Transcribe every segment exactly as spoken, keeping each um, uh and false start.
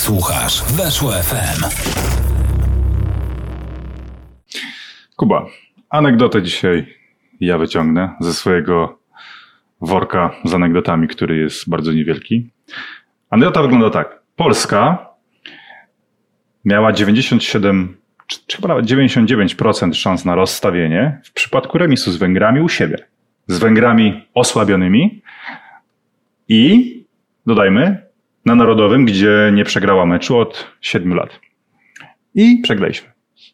Słuchasz Weszło F M. Kuba, anegdotę dzisiaj ja wyciągnę ze swojego worka z anegdotami, który jest bardzo niewielki. Anegdota wygląda tak. Polska miała dziewięćdziesiąt siedem, czy chyba nawet dziewięćdziesiąt dziewięć procent szans na rozstawienie w przypadku remisu z Węgrami u siebie. Z Węgrami osłabionymi i, dodajmy, na Narodowym, gdzie nie przegrała meczu od siedmiu lat. I przegraliśmy.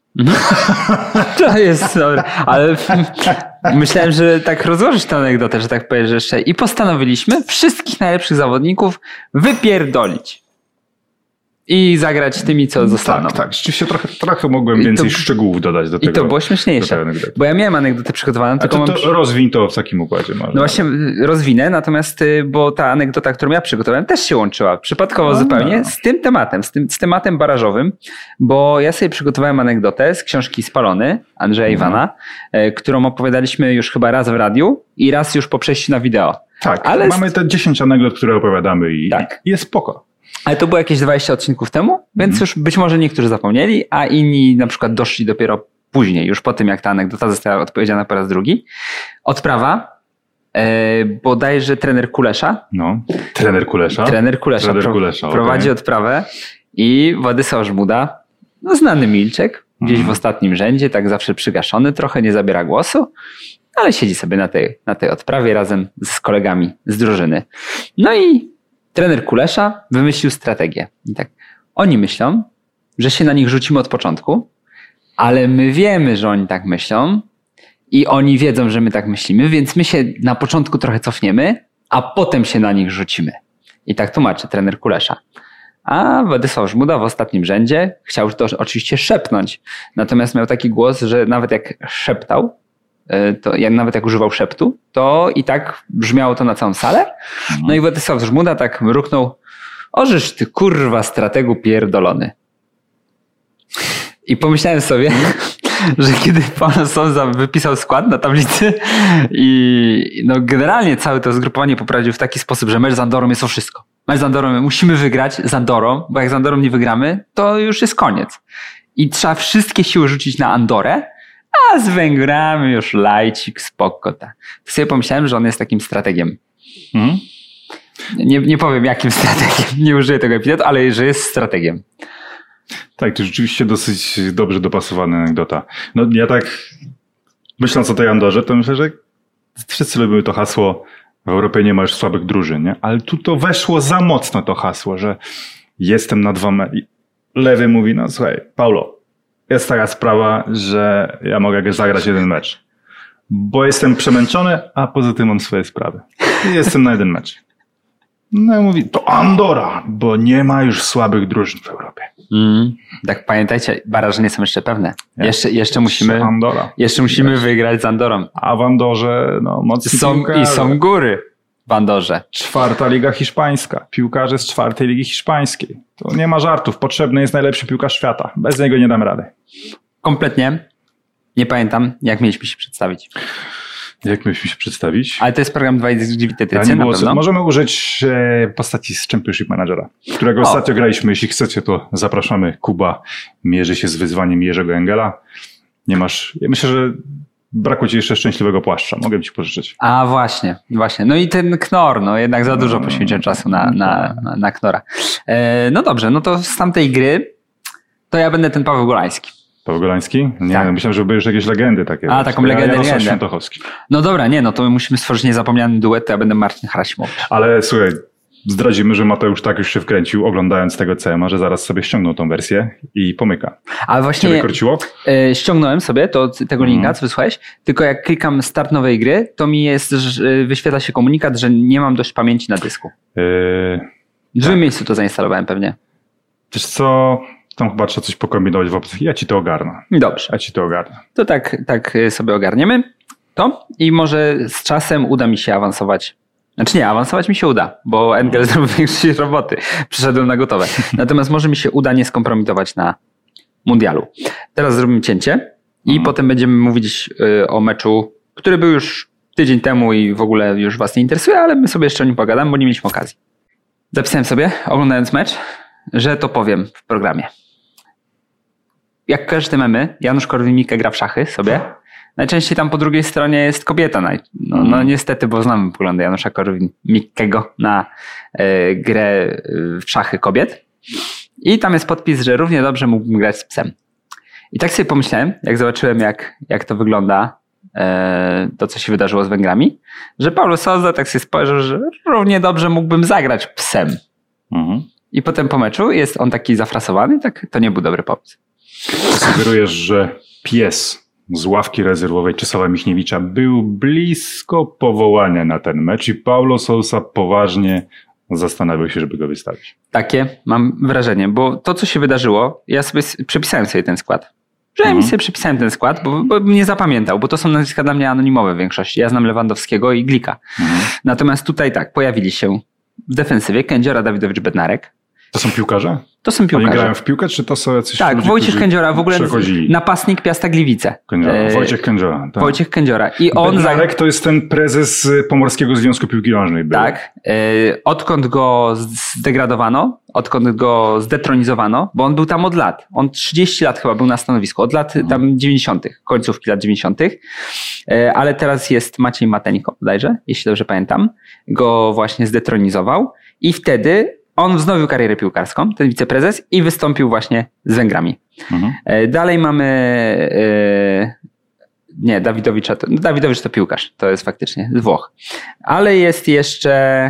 To jest dobre, ale myślałem, że tak rozłożysz tę anegdotę, że tak powiesz jeszcze. I postanowiliśmy wszystkich najlepszych zawodników wypierdolić. I zagrać tymi, co zostaną. Tak, tak. Rzeczywiście trochę, trochę mogłem więcej to, szczegółów dodać do tego. I to było śmieszniejsze, bo ja miałem anegdotę przygotowaną. Tylko to, to mam... rozwiń to w takim układzie. Może. No właśnie rozwinę, natomiast bo ta anegdota, którą ja przygotowałem, też się łączyła przypadkowo no, zupełnie no. z tym tematem, z, tym, z tematem barażowym, bo ja sobie przygotowałem anegdotę z książki Spalony Andrzeja no. Iwana, którą opowiadaliśmy już chyba raz w radiu i raz już po przejściu na wideo. Tak, ale mamy te dziesięć anegdot, które opowiadamy i, tak. i jest spoko. Ale to było jakieś dwadzieścia odcinków temu, więc mm. już być może niektórzy zapomnieli, a inni na przykład doszli dopiero później, już po tym jak ta anegdota została odpowiedziana po raz drugi. Odprawa, e, bodajże trener Kulesza. No, trener Kulesza. Trener Kulesza, trener pro, Kulesza prowadzi okay. odprawę i Władysław Żmuda, no znany milczek, gdzieś mm. w ostatnim rzędzie, tak zawsze przygaszony, trochę nie zabiera głosu, ale siedzi sobie na tej, na tej odprawie razem z kolegami z drużyny. No i trener Kulesza wymyślił strategię. I tak, oni myślą, że się na nich rzucimy od początku, ale my wiemy, że oni tak myślą i oni wiedzą, że my tak myślimy, więc my się na początku trochę cofniemy, a potem się na nich rzucimy. I tak tłumaczy trener Kulesza. A Władysław Żmuda w ostatnim rzędzie chciał to oczywiście szepnąć. Natomiast miał taki głos, że nawet jak szeptał, to jak nawet jak używał szeptu, to i tak brzmiało to na całą salę. No i Władysław Żmuda tak mruknął: ożysz ty kurwa strategu pierdolony. I pomyślałem sobie, że kiedy pan Sonza wypisał skład na tablicy i no generalnie całe to zgrupowanie poprowadził w taki sposób, że mecz z Andorą jest o wszystko. Mecz z Andorą musimy wygrać z Andorą, bo jak z Andorą nie wygramy, to już jest koniec. I trzeba wszystkie siły rzucić na Andorę, a z Węgrami już lajcik, spoko. Ta. To sobie pomyślałem, że on jest takim strategiem. Hmm? Nie, nie powiem jakim strategiem, nie użyję tego epitetu, ale że jest strategiem. Tak, to rzeczywiście dosyć dobrze dopasowana anegdota. No ja tak myśląc o tej Andorze, to myślę, że wszyscy lubimy to hasło: w Europie nie ma już słabych drużyn, nie? Ale tu to weszło za mocno to hasło, że jestem na dwa metry. Lewy mówi: no słuchaj, Paulo, jest taka sprawa, że ja mogę zagrać jeden mecz, bo jestem przemęczony, a poza tym mam swoje sprawy. I jestem na jeden mecz. No i mówi: to Andora, bo nie ma już słabych drużyn w Europie. Mm, tak pamiętajcie, baraże nie są jeszcze pewne. Ja, jeszcze, jeszcze musimy, Andora. Jeszcze musimy Wiesz. wygrać z Andorą. A w Andorze no, mocni są, piłkarze. I są góry w Andorze. Czwarta liga hiszpańska. Piłkarze z czwartej ligi hiszpańskiej. To nie ma żartów. Potrzebny jest najlepszy piłkarz świata. Bez niego nie dam rady. Kompletnie. Nie pamiętam, jak mieliśmy się przedstawić. Jak mieliśmy się przedstawić? Ale to jest program dwadzieścia dziewięć edycji, na pewno. Możemy użyć e, postaci z Championship Managera, którego o. ostatnio graliśmy. Jeśli chcecie, to zapraszamy. Kuba mierzy się z wyzwaniem Jerzego Engela. Nie masz... Ja myślę, że brakło ci jeszcze szczęśliwego płaszcza. Mogę ci pożyczyć. A właśnie, właśnie. No i ten Knor, no jednak za dużo poświęciłem czasu na, na, na, na Knora. E, no dobrze, no to z tamtej gry to ja będę ten Paweł Golański. Paweł Golański? Nie, tak. myślałem, że będziesz jakieś legendy takie. A, taką legendę, ja, legendę. Świętochowski. No dobra, nie, no to my musimy stworzyć niezapomniany duet, to ja będę Marcin Hraśmowicz. Ale słuchaj, zdradzimy, że Mateusz tak już się wkręcił, oglądając tego C M a, że zaraz sobie ściągnął tą wersję i pomyka. Ale właśnie Ciebie korciło? Yy, ściągnąłem sobie to, tego linka, mm. co wysłałeś, tylko jak klikam start nowej gry, to mi jest, że wyświetla się komunikat, że nie mam dość pamięci na dysku. Yy, w złym tak. miejscu to zainstalowałem pewnie. Wiesz co... Tam chyba trzeba coś pokombinować w opcjach. Ja ci to ogarnę. Dobrze. Ja ci to ogarnę. To tak, tak sobie ogarniemy to i może z czasem uda mi się awansować. Znaczy nie, awansować mi się uda, bo Engel zrobił większość roboty. Przyszedłem na gotowe. Natomiast może mi się uda nie skompromitować na mundialu. Teraz zrobimy cięcie i hmm. potem będziemy mówić y, o meczu, który był już tydzień temu i w ogóle już was nie interesuje, ale my sobie jeszcze o nim pogadamy, bo nie mieliśmy okazji. Zapisałem sobie, oglądając mecz, że to powiem w programie. Jak kojarzysz te memy, Janusz Korwin-Mikke gra w szachy sobie. Najczęściej tam po drugiej stronie jest kobieta. No, no niestety, bo znamy poglądy Janusza Korwin-Mikkego na y, grę w szachy kobiet. I tam jest podpis, że równie dobrze mógłbym grać z psem. I tak sobie pomyślałem, jak zobaczyłem, jak, jak to wygląda, y, to co się wydarzyło z Węgrami, że Paulo Sousa tak sobie spojrzał, że równie dobrze mógłbym zagrać psem. Mhm. I potem po meczu jest on taki zafrasowany, tak to nie był dobry pomysł. Sugerujesz, że pies z ławki rezerwowej Czesława Michniewicza był blisko powołania na ten mecz i Paulo Sousa poważnie zastanawiał się, żeby go wystawić. Takie mam wrażenie, bo to, co się wydarzyło, ja sobie przepisałem sobie ten skład. Przynajmniej mhm. sobie przepisałem ten skład, bo, bo nie zapamiętał, bo to są nazwiska dla mnie anonimowe w większości. Ja znam Lewandowskiego i Glika. Mhm. Natomiast tutaj tak, pojawili się w defensywie Kędziora, Dawidowicz, Bednarek. To są piłkarze? To są piłkarze. Oni grają w piłkę, czy to są jacyś Tak, ludzie, Wojciech Kędziora, w ogóle przechodzili? Napastnik Piasta Gliwice. Kędziora. Wojciech Kędziora. Tak. Wojciech Kędziora. I on Bednarek za... to jest ten prezes Pomorskiego Związku Piłki Nożnej. Był. Tak. Odkąd go zdegradowano, odkąd go zdetronizowano, bo on był tam od lat. On trzydzieści lat chyba był na stanowisku. Od lat hmm. tam dziewięćdziesiątych, końcówki lat dziewięćdziesiątych. Ale teraz jest Maciej Mateńko, bodajże, jeśli dobrze pamiętam. Go właśnie zdetronizował i wtedy on wznowił karierę piłkarską, ten wiceprezes, i wystąpił właśnie z Węgrami. Mhm. Dalej mamy... Yy, nie, Dawidowicza to, no Dawidowicz to piłkarz, to jest faktycznie z Włoch. Ale jest jeszcze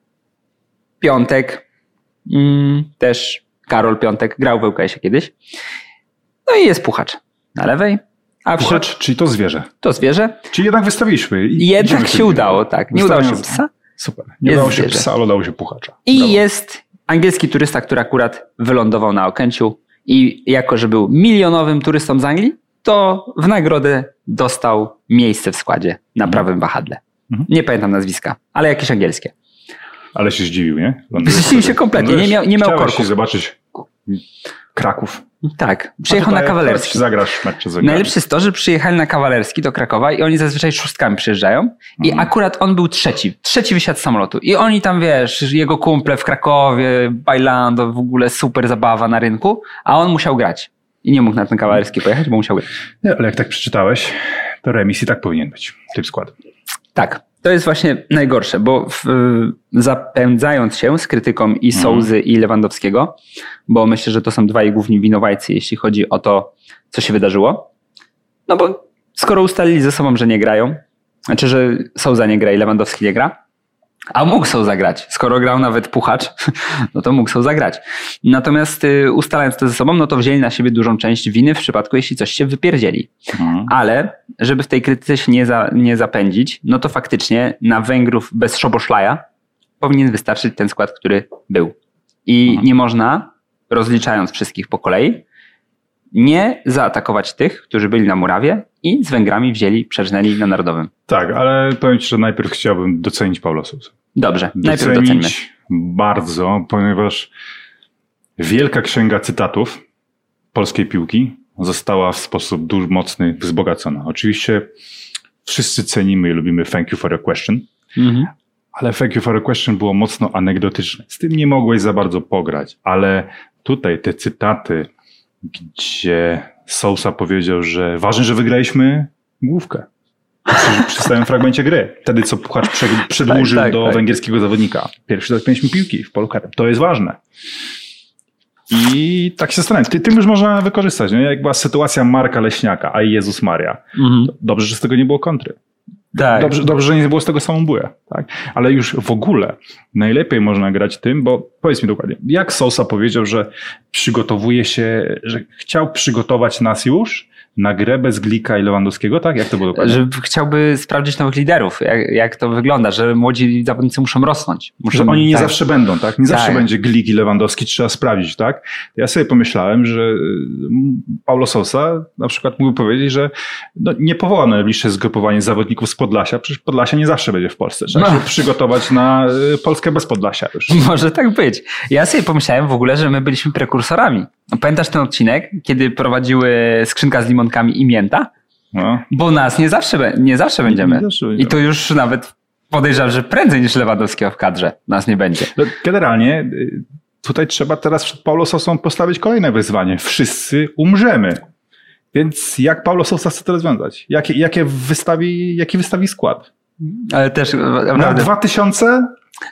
Piątek, mm, też Karol Piątek, grał w Ł K S-ie kiedyś. No i jest Puchacz na lewej. A Puchacz, wśród... czyli to zwierzę. To zwierzę. Czyli jednak wystawiliśmy. I jednak się udało, tak. Nie udało się psa. Super. Nie udało się psa, ale udało się Puchacza. I Brawo. Jest angielski turysta, który akurat wylądował na Okęciu i jako, że był milionowym turystą z Anglii, to w nagrodę dostał miejsce w składzie na prawym wahadle. Mhm. Nie pamiętam nazwiska, ale jakieś angielskie. Ale się zdziwił, nie? Zdziwił się kompletnie, nie miał, nie miał korków. Chciałeś zobaczyć Kraków. Tak, przyjechał na Kawalerski. Zagrasz mecz z Najlepsze jest to, że przyjechali na Kawalerski do Krakowa i oni zazwyczaj szóstkami przyjeżdżają i mhm. akurat on był trzeci. Trzeci wysiadł z samolotu i oni tam, wiesz, jego kumple w Krakowie, Bailando, w ogóle super zabawa na rynku, a on musiał grać. I nie mógł na ten Kawalerski pojechać, bo musiał grać. Nie, ale jak tak przeczytałeś, to remis i tak powinien być typ składu. Tak. To jest właśnie najgorsze, bo w, zapędzając się z krytyką i Souzy mm. i Lewandowskiego, bo myślę, że to są dwaj główni winowajcy, jeśli chodzi o to, co się wydarzyło. No bo skoro ustalili ze sobą, że nie grają, znaczy, że Souza nie gra i Lewandowski nie gra, a mógł Souza grać. Skoro grał nawet Puchacz, no to mógł Souza grać. Natomiast y, ustalając to ze sobą, no to wzięli na siebie dużą część winy w przypadku, jeśli coś się wypierdzieli. Mhm. Ale żeby w tej krytyce się nie, za, nie zapędzić, no to faktycznie na Węgrów bez Szoboszlaja powinien wystarczyć ten skład, który był. I mhm. nie można, rozliczając wszystkich po kolei, nie zaatakować tych, którzy byli na murawie i z Węgrami wzięli, przerżnęli na Narodowym. Tak, ale powiem ci, że najpierw chciałbym docenić Paulo Sousa. Dobrze, docenić najpierw docenimy. Bardzo, ponieważ wielka księga cytatów polskiej piłki została w sposób duży, mocny wzbogacona. Oczywiście wszyscy cenimy i lubimy thank you for a question, mhm. ale thank you for a question było mocno anegdotyczne. Z tym nie mogłeś za bardzo pograć, ale tutaj te cytaty, gdzie Sousa powiedział, że ważne, że wygraliśmy główkę. Przy, przy stałym fragmencie gry. Wtedy, co Puchacz przedłużył tak, tak, do tak. węgierskiego zawodnika. Pierwszy dotknięliśmy piłki w polu karnym. To jest ważne. I tak się zastanawiam. Ty, tym już można wykorzystać. Nie? Jak była sytuacja Marka Leśniaka, a Jezus Maria. Mhm. Dobrze, że z tego nie było kontry. Tak. Dobrze, dobrze, że nie było z tego samobója. Tak? Ale już w ogóle najlepiej można grać tym, bo powiedz mi dokładnie, jak Sousa powiedział, że przygotowuje się, że chciał przygotować nas już na grę bez Glika i Lewandowskiego, tak? Jak to było dokładnie? Że chciałby sprawdzić nowych liderów, jak, jak to wygląda, że młodzi zawodnicy muszą rosnąć. Muszą, że oni nie tak. zawsze będą, tak? Nie zawsze tak. będzie Glik i Lewandowski, trzeba sprawdzić, tak? Ja sobie pomyślałem, że Paulo Sousa na przykład mógł powiedzieć, że no, nie powoła na najbliższe zgrupowanie zawodników z Podlasia, przecież Podlasia nie zawsze będzie w Polsce. Trzeba no. się przygotować na Polskę bez Podlasia już. Może tak być. Ja sobie pomyślałem w ogóle, że my byliśmy prekursorami. Pamiętasz ten odcinek, kiedy prowadziły skrzynka z limonkami i mięta? No. Bo nas nie zawsze, nie zawsze będziemy. Nie zawsze będziemy. I to już nawet podejrzewam, że prędzej niż Lewandowskiego w kadrze nas nie będzie. No, generalnie tutaj trzeba teraz przed Paulo Sousą postawić kolejne wyzwanie. Wszyscy umrzemy. Więc jak Paulo Sousa chce to rozwiązać? Jakie, jakie wystawi, jaki wystawi skład? Ale też naprawdę... Na dwa tysiące?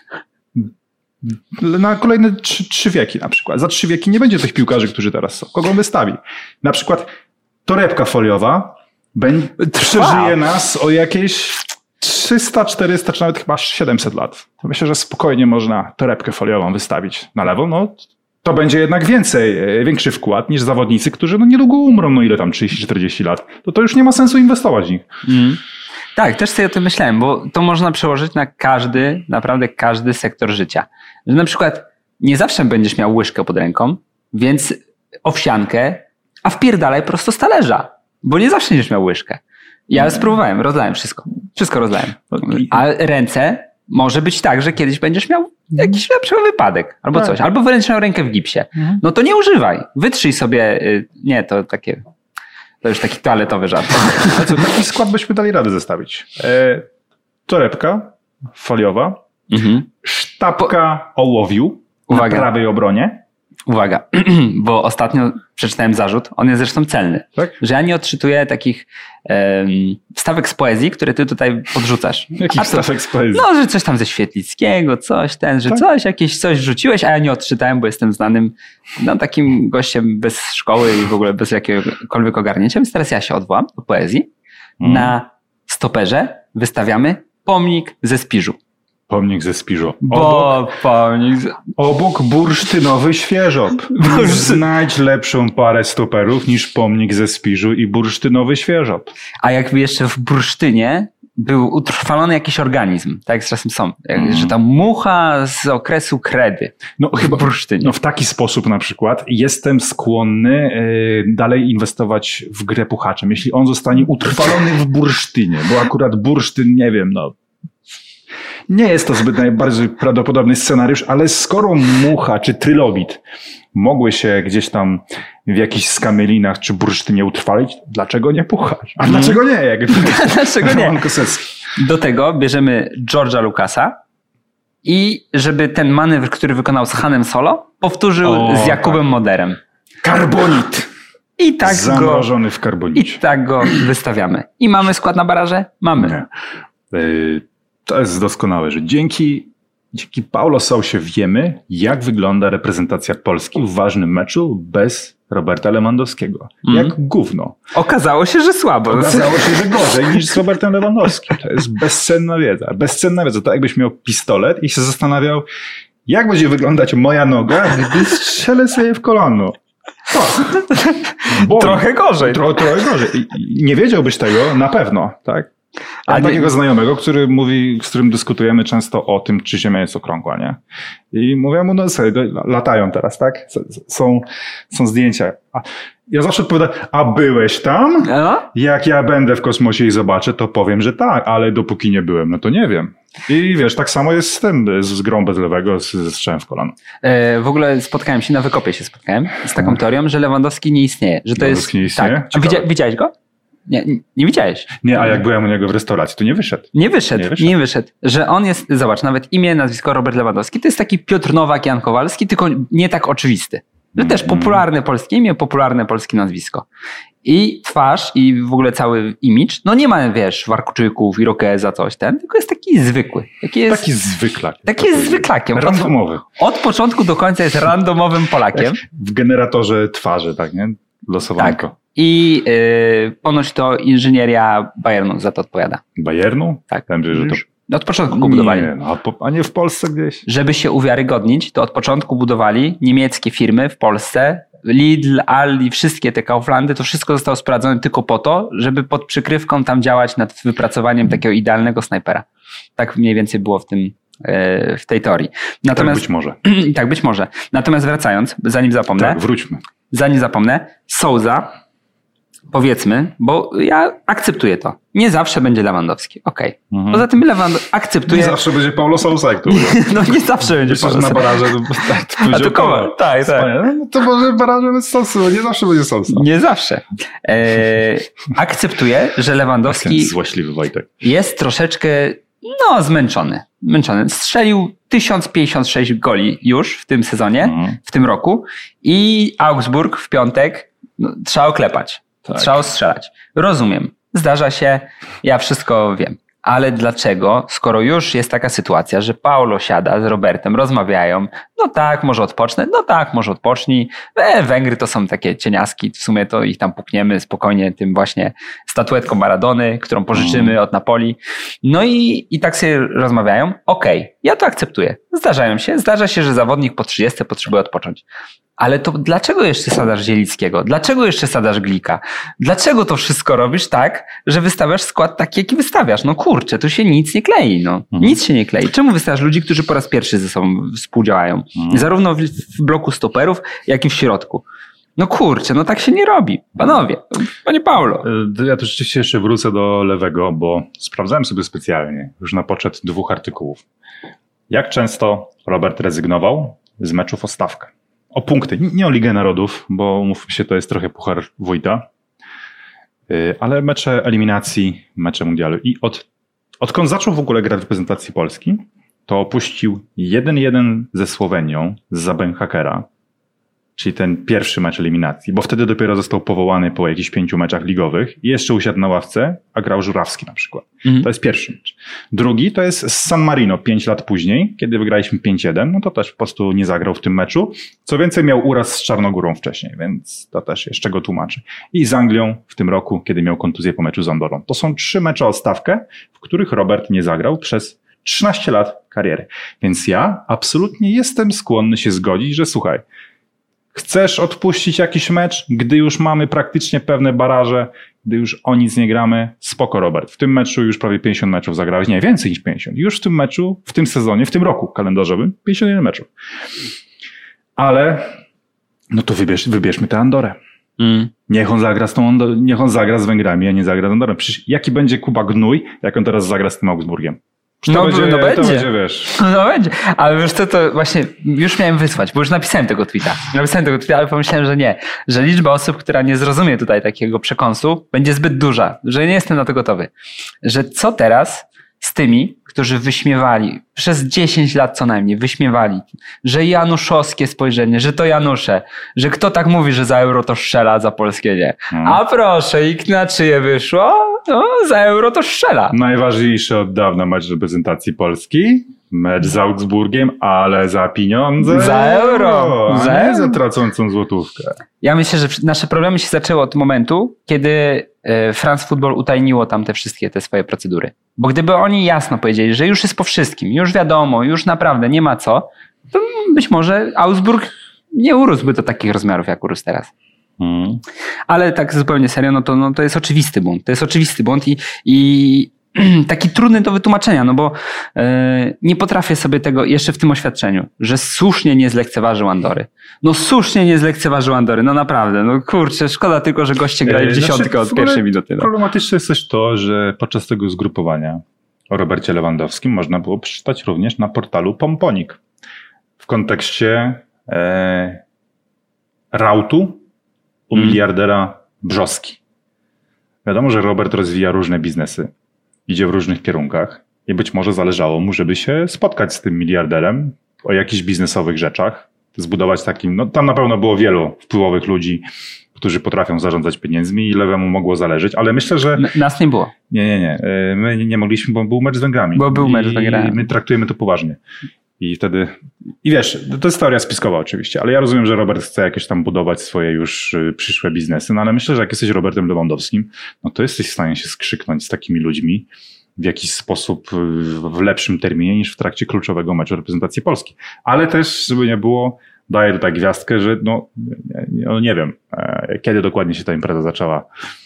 Na kolejne trzy, trzy wieki na przykład. Za trzy wieki nie będzie tych piłkarzy, którzy teraz są. Kogo on wystawi? Na przykład torebka foliowa będzie, przeżyje nas o jakieś trzysta, czterysta, czy nawet chyba siedemset lat. To myślę, że spokojnie można torebkę foliową wystawić na lewo. No, to będzie jednak więcej, większy wkład niż zawodnicy, którzy no niedługo umrą, no ile tam, trzydzieści czterdzieści lat. To to już nie ma sensu inwestować w nich. Mm. Tak, też sobie o tym myślałem, bo to można przełożyć na każdy, naprawdę każdy sektor życia. Że na przykład nie zawsze będziesz miał łyżkę pod ręką, więc owsiankę, a wpierdalaj prosto z talerza, bo nie zawsze będziesz miał łyżkę. Ja nie. spróbowałem, rozlałem wszystko. Wszystko rozlałem. A ręce może być tak, że kiedyś będziesz miał jakiś na przykład wypadek albo coś, albo wręcz miał rękę w gipsie. No to nie używaj. Wytrzyj sobie, nie, to takie... To już taki toaletowy żart. A co, taki skład byśmy dali radę zestawić. E, torebka foliowa, mhm. sztabka ołowiu Uwaga. na prawej obronie. Uwaga, bo ostatnio przeczytałem zarzut, on jest zresztą celny, tak? Że ja nie odczytuję takich um, wstawek z poezji, które ty tutaj podrzucasz. Jakich wstawek z poezji? No, że coś tam ze Świetlickiego, coś ten, że tak? coś, jakieś coś rzuciłeś, a ja nie odczytałem, bo jestem znanym no, takim gościem bez szkoły i w ogóle bez jakiegokolwiek ogarnięcia, więc teraz ja się odwołam do poezji. Hmm. Na stoperze wystawiamy pomnik ze Spiżu. Pomnik ze Spiżu. Bo pomnik... Z... Obok bursztynowy świeżop. Znajdź lepszą parę stoperów niż pomnik ze Spiżu i bursztynowy świeżop. A jakby jeszcze w bursztynie był utrwalony jakiś organizm, tak jak z czasem są, mm. że ta mucha z okresu kredy. No chyba w bursztynie. No w taki sposób na przykład jestem skłonny yy, dalej inwestować w grę puchaczem, jeśli on zostanie utrwalony w bursztynie, bo akurat bursztyn, nie wiem, no nie jest to zbyt najbardziej prawdopodobny scenariusz, ale skoro mucha czy trylobit mogły się gdzieś tam w jakichś skamielinach czy bursztynie utrwalić, dlaczego nie puchacz? A dlaczego nie? Jak dlaczego nie? Do tego bierzemy George'a Lucasa i żeby ten manewr, który wykonał z Hanem Solo, powtórzył o, z Jakubem tak. Moderem. Karbonit! I tak Zamrożony go, w karbonicie. I tak go wystawiamy. I mamy skład na baraże? Mamy. Nie. Y- To jest doskonałe, że dzięki, dzięki Paulo Sousie wiemy, jak wygląda reprezentacja Polski w ważnym meczu bez Roberta Lewandowskiego. Mm. Jak gówno. Okazało się, że słabo. Okazało się, że gorzej niż z Robertem Lewandowskim. To jest bezcenna wiedza. Bezcenna wiedza. To jakbyś miał pistolet i się zastanawiał, jak będzie wyglądać moja noga, gdy strzelę sobie w kolano. To. Trochę gorzej. Tro, trochę gorzej. I nie wiedziałbyś tego na pewno, tak? Mam nie... takiego znajomego, który mówi, z którym dyskutujemy często o tym, czy Ziemia jest okrągła, nie? I mówię mu, no sobie, latają teraz, tak? Są, są zdjęcia. A ja zawsze odpowiadam, a byłeś tam? A? Jak ja będę w kosmosie i zobaczę, to powiem, że tak, ale dopóki nie byłem, no to nie wiem. I wiesz, tak samo jest z tym, z grą bez lewego, z, ze strzałem w kolano. E, w ogóle spotkałem się, na Wykopie się spotkałem z taką teorią, że Lewandowski nie istnieje. Że to Lewandowski jest, nie istnieje? Tak. Widzia, widziałeś go? Nie, nie, nie widziałeś. Nie, a jak byłem u niego w restauracji, to nie wyszedł. Nie wyszedł, nie wyszedł. Nie wyszedł. Że on jest, zobacz, nawet imię, nazwisko Robert Lewandowski, to jest taki Piotr Nowak, Jan Kowalski, tylko nie tak oczywiste. Że też popularne polskie imię, popularne polskie nazwisko. I twarz i w ogóle cały image, no nie ma, wiesz, Warkuczyków, Irokeza, coś ten, tylko jest taki zwykły. Taki, jest, taki zwyklak. Taki jest zwyklakiem. Randomowy. Od, od początku do końca jest randomowym Polakiem. W generatorze twarzy, tak, nie? Losowanko. Tak. I yy, ponoć to inżynieria Bayernu za to odpowiada. Bayernu? Tak. Wiem, że to... Od początku go budowali. Nie, no, a nie w Polsce gdzieś? Żeby się uwiarygodnić, to od początku budowali niemieckie firmy w Polsce. Lidl, Aldi, wszystkie te Kauflandy, to wszystko zostało sprawdzone tylko po to, żeby pod przykrywką tam działać nad wypracowaniem takiego idealnego snajpera. Tak mniej więcej było w tym, yy, w tej teorii. Natomiast, tak być może. Tak być może. Natomiast wracając, zanim zapomnę. Tak, wróćmy. Zanim zapomnę, Sousa, powiedzmy, bo ja akceptuję to. Nie zawsze będzie Lewandowski. Okej. Okay. Mhm. Poza tym Lewandowski akceptuje... Nie zawsze będzie Paulo Sousa, jak to No nie zawsze będzie Paulo Sousa. Na baraże to, tak, to A to kogo? Tak, tak. No to może baraże bez Sousa, nie zawsze będzie Sousa. Nie zawsze. E, akceptuję, że Lewandowski Ten złośliwy Wojtek. jest troszeczkę no zmęczony. Zmęczony. Strzelił tysiąc pięćdziesiąt sześć goli już w tym sezonie, mhm. w tym roku i Augsburg w piątek no, trzeba oklepać. Tak. Trzeba strzelać. Rozumiem. Zdarza się. Ja wszystko wiem. Ale dlaczego, skoro już jest taka sytuacja, że Paulo siada z Robertem, rozmawiają, no tak, może odpocznę, no tak, może odpocznij. E, Węgry to są takie cieniaski, w sumie to ich tam pukniemy spokojnie tym właśnie statuetką Maradony, którą pożyczymy mm. od Napoli. No i, i tak sobie rozmawiają. Okej, okay, ja to akceptuję. Zdarzają się, zdarza się, że zawodnik po trzydziestce potrzebuje odpocząć. Ale to dlaczego jeszcze sadasz Zielickiego? Dlaczego jeszcze sadasz Glika? Dlaczego to wszystko robisz tak, że wystawiasz skład taki, jaki wystawiasz? No kurczę, tu się nic nie klei. No. Mhm. Nic się nie klei. Czemu wystawiasz ludzi, którzy po raz pierwszy ze sobą współdziałają? Mhm. Zarówno w, w bloku stoperów, jak i w środku. No kurczę, no tak się nie robi. Panowie, panie Paulo. Ja to rzeczywiście jeszcze wrócę do lewego, bo sprawdzałem sobie specjalnie już na poczet dwóch artykułów. Jak często Robert rezygnował z meczów o stawkę? O punkty, nie o Ligę Narodów, bo umówmy się, to jest trochę puchar wójta, ale mecze eliminacji, mecze mundialu. I od, odkąd zaczął w ogóle grać w reprezentacji Polski, to opuścił jeden jeden ze Słowenią z Zabenhakera, czyli ten pierwszy mecz eliminacji, bo wtedy dopiero został powołany po jakichś pięciu meczach ligowych i jeszcze usiadł na ławce, a grał Żurawski na przykład. Mhm. To jest pierwszy mecz. Drugi to jest z San Marino pięć lat później, kiedy wygraliśmy pięć jeden, no to też po prostu nie zagrał w tym meczu. Co więcej, miał uraz z Czarnogórą wcześniej, więc to też jeszcze go tłumaczy. I z Anglią w tym roku, kiedy miał kontuzję po meczu z Andorą. To są trzy mecze o stawkę, w których Robert nie zagrał przez trzynaście lat kariery. Więc ja absolutnie jestem skłonny się zgodzić, że słuchaj, chcesz odpuścić jakiś mecz, gdy już mamy praktycznie pewne baraże, gdy już o nic nie gramy? Spoko, Robert. W tym meczu już prawie pięćdziesiąt meczów zagrałeś. Nie, więcej niż pięćdziesiąt. Już w tym meczu, w tym sezonie, w tym roku kalendarzowym pięćdziesiąt jeden meczów. Ale no to wybierz, wybierzmy tę Andorę. Mm. Niech on zagra z tą, niech on zagra z Węgrami, a nie zagra z Andorą. Przecież jaki będzie Kuba gnój, jak on teraz zagra z tym Augsburgiem? To no, będzie, no będzie. To będzie, wiesz. No będzie. Ale wiesz co, to właśnie już miałem wysłać, bo już napisałem tego tweeta. Napisałem tego tweeta, ale pomyślałem, że nie. Że liczba osób, która nie zrozumie tutaj takiego przekąsu, będzie zbyt duża. Że nie jestem na to gotowy. Że co teraz z tymi, którzy wyśmiewali, przez dziesięć lat co najmniej wyśmiewali, że januszowskie spojrzenie, że to Janusze, że kto tak mówi, że za euro to strzela, za polskie nie. Hmm. A proszę, i na czyje wyszło? No, za euro to strzela. Najważniejszy od dawna mecz reprezentacji Polski. Mecz z Augsburgiem, ale za pieniądze. Za euro. A za nie euro. za tracącą złotówkę. Ja myślę, że nasze problemy się zaczęły od momentu, kiedy France Football utajniło tam te wszystkie te swoje procedury. Bo gdyby oni jasno powiedzieli, że już jest po wszystkim, już wiadomo, już naprawdę nie ma co, to być może Augsburg nie urósłby do takich rozmiarów, jak urósł teraz. Hmm. Ale tak zupełnie serio, no to, no to jest oczywisty błąd. To jest oczywisty błąd i, i taki trudny do wytłumaczenia, no bo yy, nie potrafię sobie tego jeszcze w tym oświadczeniu, że słusznie nie zlekceważył Andory. No słusznie nie zlekceważył Andory, no naprawdę, no kurczę, szkoda tylko, że goście grali w dziesiątkę znaczy, od pierwszej minuty. No. Problematyczne jest też to, że podczas tego zgrupowania o Robercie Lewandowskim można było przeczytać również na portalu Pomponik w kontekście e, rautu u hmm. miliardera Brzoski. Wiadomo, że Robert rozwija różne biznesy. Idzie w różnych kierunkach i być może zależało mu, żeby się spotkać z tym miliarderem o jakichś biznesowych rzeczach, zbudować takim, no tam na pewno było wielu wpływowych ludzi, którzy potrafią zarządzać pieniędzmi i Lewemu mogło zależeć, ale myślę, że... Nas nie było. Nie, nie, nie. My nie mogliśmy, bo był mecz z Węgrami. Bo był mecz z Węgrami. I my traktujemy to poważnie. I wtedy... I wiesz, to jest teoria spiskowa oczywiście, ale ja rozumiem, że Robert chce jakieś tam budować swoje już przyszłe biznesy, no ale myślę, że jak jesteś Robertem Lewandowskim, no to jesteś w stanie się skrzyknąć z takimi ludźmi w jakiś sposób w lepszym terminie niż w trakcie kluczowego meczu reprezentacji Polski. Ale też, żeby nie było, daję tutaj gwiazdkę, że no nie, nie wiem, kiedy dokładnie się ta impreza zaczęła,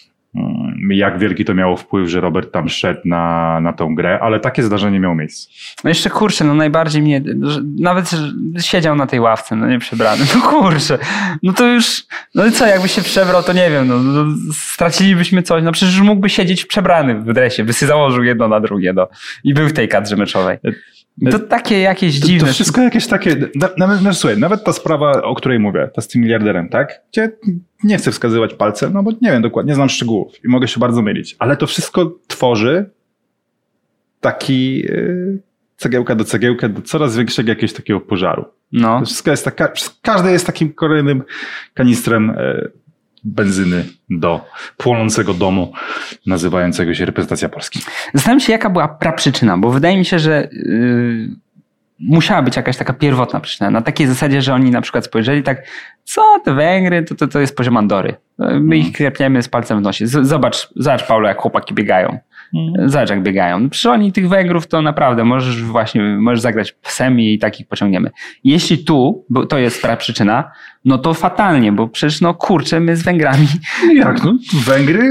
jak wielki to miało wpływ, że Robert tam szedł na, na tą grę, ale takie zdarzenie miało miejsce. No jeszcze kurczę, no najbardziej mnie, nawet siedział na tej ławce, no nie przebrany, no kurczę, no to już, no i co, jakby się przebrał, to nie wiem, no, no stracilibyśmy coś, no przecież mógłby siedzieć przebrany w dresie, by sobie założył jedno na drugie, no i był w tej kadrze meczowej. To takie jakieś to, dziwne... To wszystko jakieś takie... Nawet, no, słuchaj, nawet ta sprawa, o której mówię, ta z tym miliarderem, tak? Gdzie nie chcę wskazywać palcem, no bo nie wiem dokładnie, nie znam szczegółów i mogę się bardzo mylić. Ale to wszystko tworzy taki yy, cegiełka do cegiełka do coraz większego jakiegoś takiego pożaru. No. To wszystko jest taka, każdy jest takim kolejnym kanistrem yy, benzyny do płonącego domu, nazywającego się reprezentacja Polski. Zastanawiam się, jaka była praprzyczyna, bo wydaje mi się, że yy, musiała być jakaś taka pierwotna przyczyna. Na takiej zasadzie, że oni na przykład spojrzeli tak, co te Węgry, to, to, to jest poziom Andory. My ich klepniemy z palcem w nosie. Z, zobacz, zobacz Paulo, jak chłopaki biegają. Mm. Zobacz, jak biegają. No, przy oni tych Węgrów to naprawdę możesz właśnie, możesz zagrać psem i takich pociągniemy. Jeśli tu, bo to jest praprzyczyna, no to fatalnie, bo przecież no kurczę, my z Węgrami. Tak, no Węgry,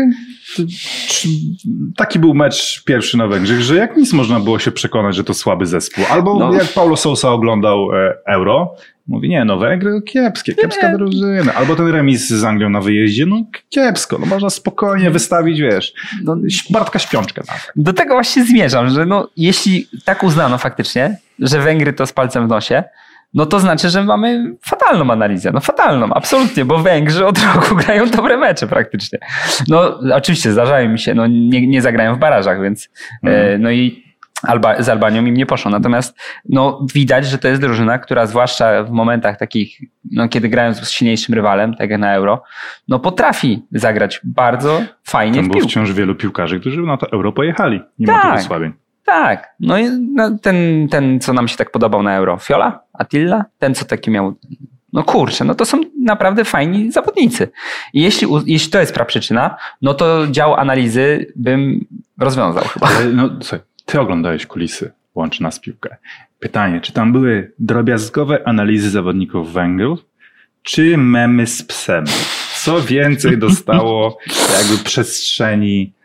taki był mecz pierwszy na Węgrzech, że jak nic można było się przekonać, że to słaby zespół. Albo no. jak Paulo Sousa oglądał Euro, mówi, nie no Węgry kiepskie, kiepska nie. drużyna. Albo ten remis z Anglią na wyjeździe, no kiepsko, no można spokojnie wystawić, wiesz, no, Bartka Śpiączkę. Nawet. Do tego właśnie zmierzam, że no jeśli tak uznano faktycznie, że Węgry to z palcem w nosie, no to znaczy, że mamy fatalną analizę. No fatalną, absolutnie, bo Węgrzy od roku grają dobre mecze praktycznie. No oczywiście zdarzają mi się, no nie, nie zagrają w barażach, więc mm. e, no i Alba, z Albanią im nie poszło. Natomiast no widać, że to jest drużyna, która zwłaszcza w momentach takich, no kiedy grają z silniejszym rywalem, tak jak na Euro, no potrafi zagrać bardzo fajnie Tam w było piłkę. wciąż wielu piłkarzy, którzy na to Euro pojechali, mimo tak. tych osłabień. Tak, no i ten, ten, co nam się tak podobał na Euro, Fiola, Attila, ten, co taki miał, no kurczę, no to są naprawdę fajni zawodnicy. I jeśli, jeśli to jest praprzyczyna, no to dział analizy bym rozwiązał chyba. Ale no słuchaj, ty oglądałeś kulisy, łączy nas piłkę. Pytanie, czy tam były drobiazgowe analizy zawodników Węgrów, czy memy z psem? Co więcej dostało jakby przestrzeni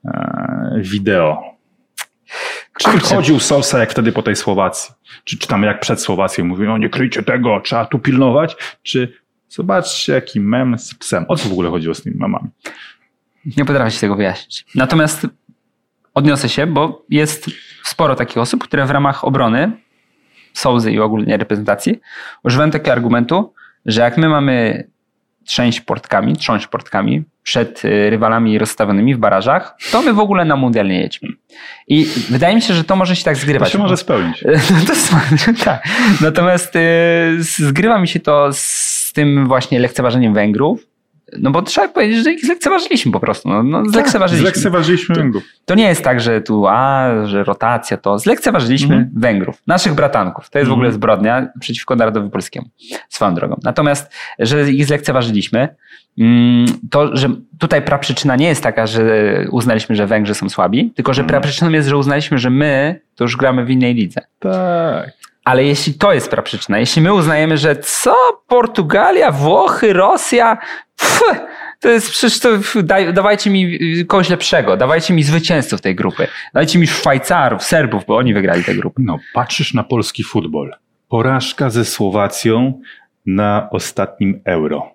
e, wideo? Czy Kurczę. chodził Sousa jak wtedy po tej Słowacji? Czy, czy tam jak przed Słowacją mówił, no nie kryjcie tego, trzeba tu pilnować? Czy zobaczcie jaki mem z psem? O co w ogóle chodziło z tymi memami? Nie potrafię się tego wyjaśnić. Natomiast odniosę się, bo jest sporo takich osób, które w ramach obrony Sousy i ogólnie reprezentacji używają takiego argumentu, że jak my mamy trzęść portkami, trząść portkami przed rywalami rozstawionymi w barażach, to my w ogóle na mundial nie jedźmy. I wydaje mi się, że to może się tak zgrywać. To się może spełnić. No to jest, tak. Natomiast y, zgrywa mi się to z tym właśnie lekceważeniem Węgrów, no bo trzeba powiedzieć, że ich zlekceważyliśmy po prostu. No, no zlekceważyliśmy. Tak, zlekceważyliśmy Węgrów. To, to nie jest tak, że tu, a, że rotacja, to zlekceważyliśmy mm. Węgrów, naszych bratanków. To jest mm. w ogóle zbrodnia przeciwko narodowi polskiemu, swoją drogą. Natomiast, że ich zlekceważyliśmy, to, że tutaj praprzyczyna nie jest taka, że uznaliśmy, że Węgrzy są słabi, tylko że mm. praprzyczyną jest, że uznaliśmy, że my to już gramy w innej lidze. Tak. Ale jeśli to jest praprzyczyna, jeśli my uznajemy, że co, Portugalia, Włochy, Rosja, pff, to jest przecież to, daj, dawajcie mi kogoś lepszego, dawajcie mi zwycięzców tej grupy, dajcie mi Szwajcarów, Serbów, bo oni wygrali tę grupę. No, patrzysz na polski futbol. Porażka ze Słowacją na ostatnim Euro.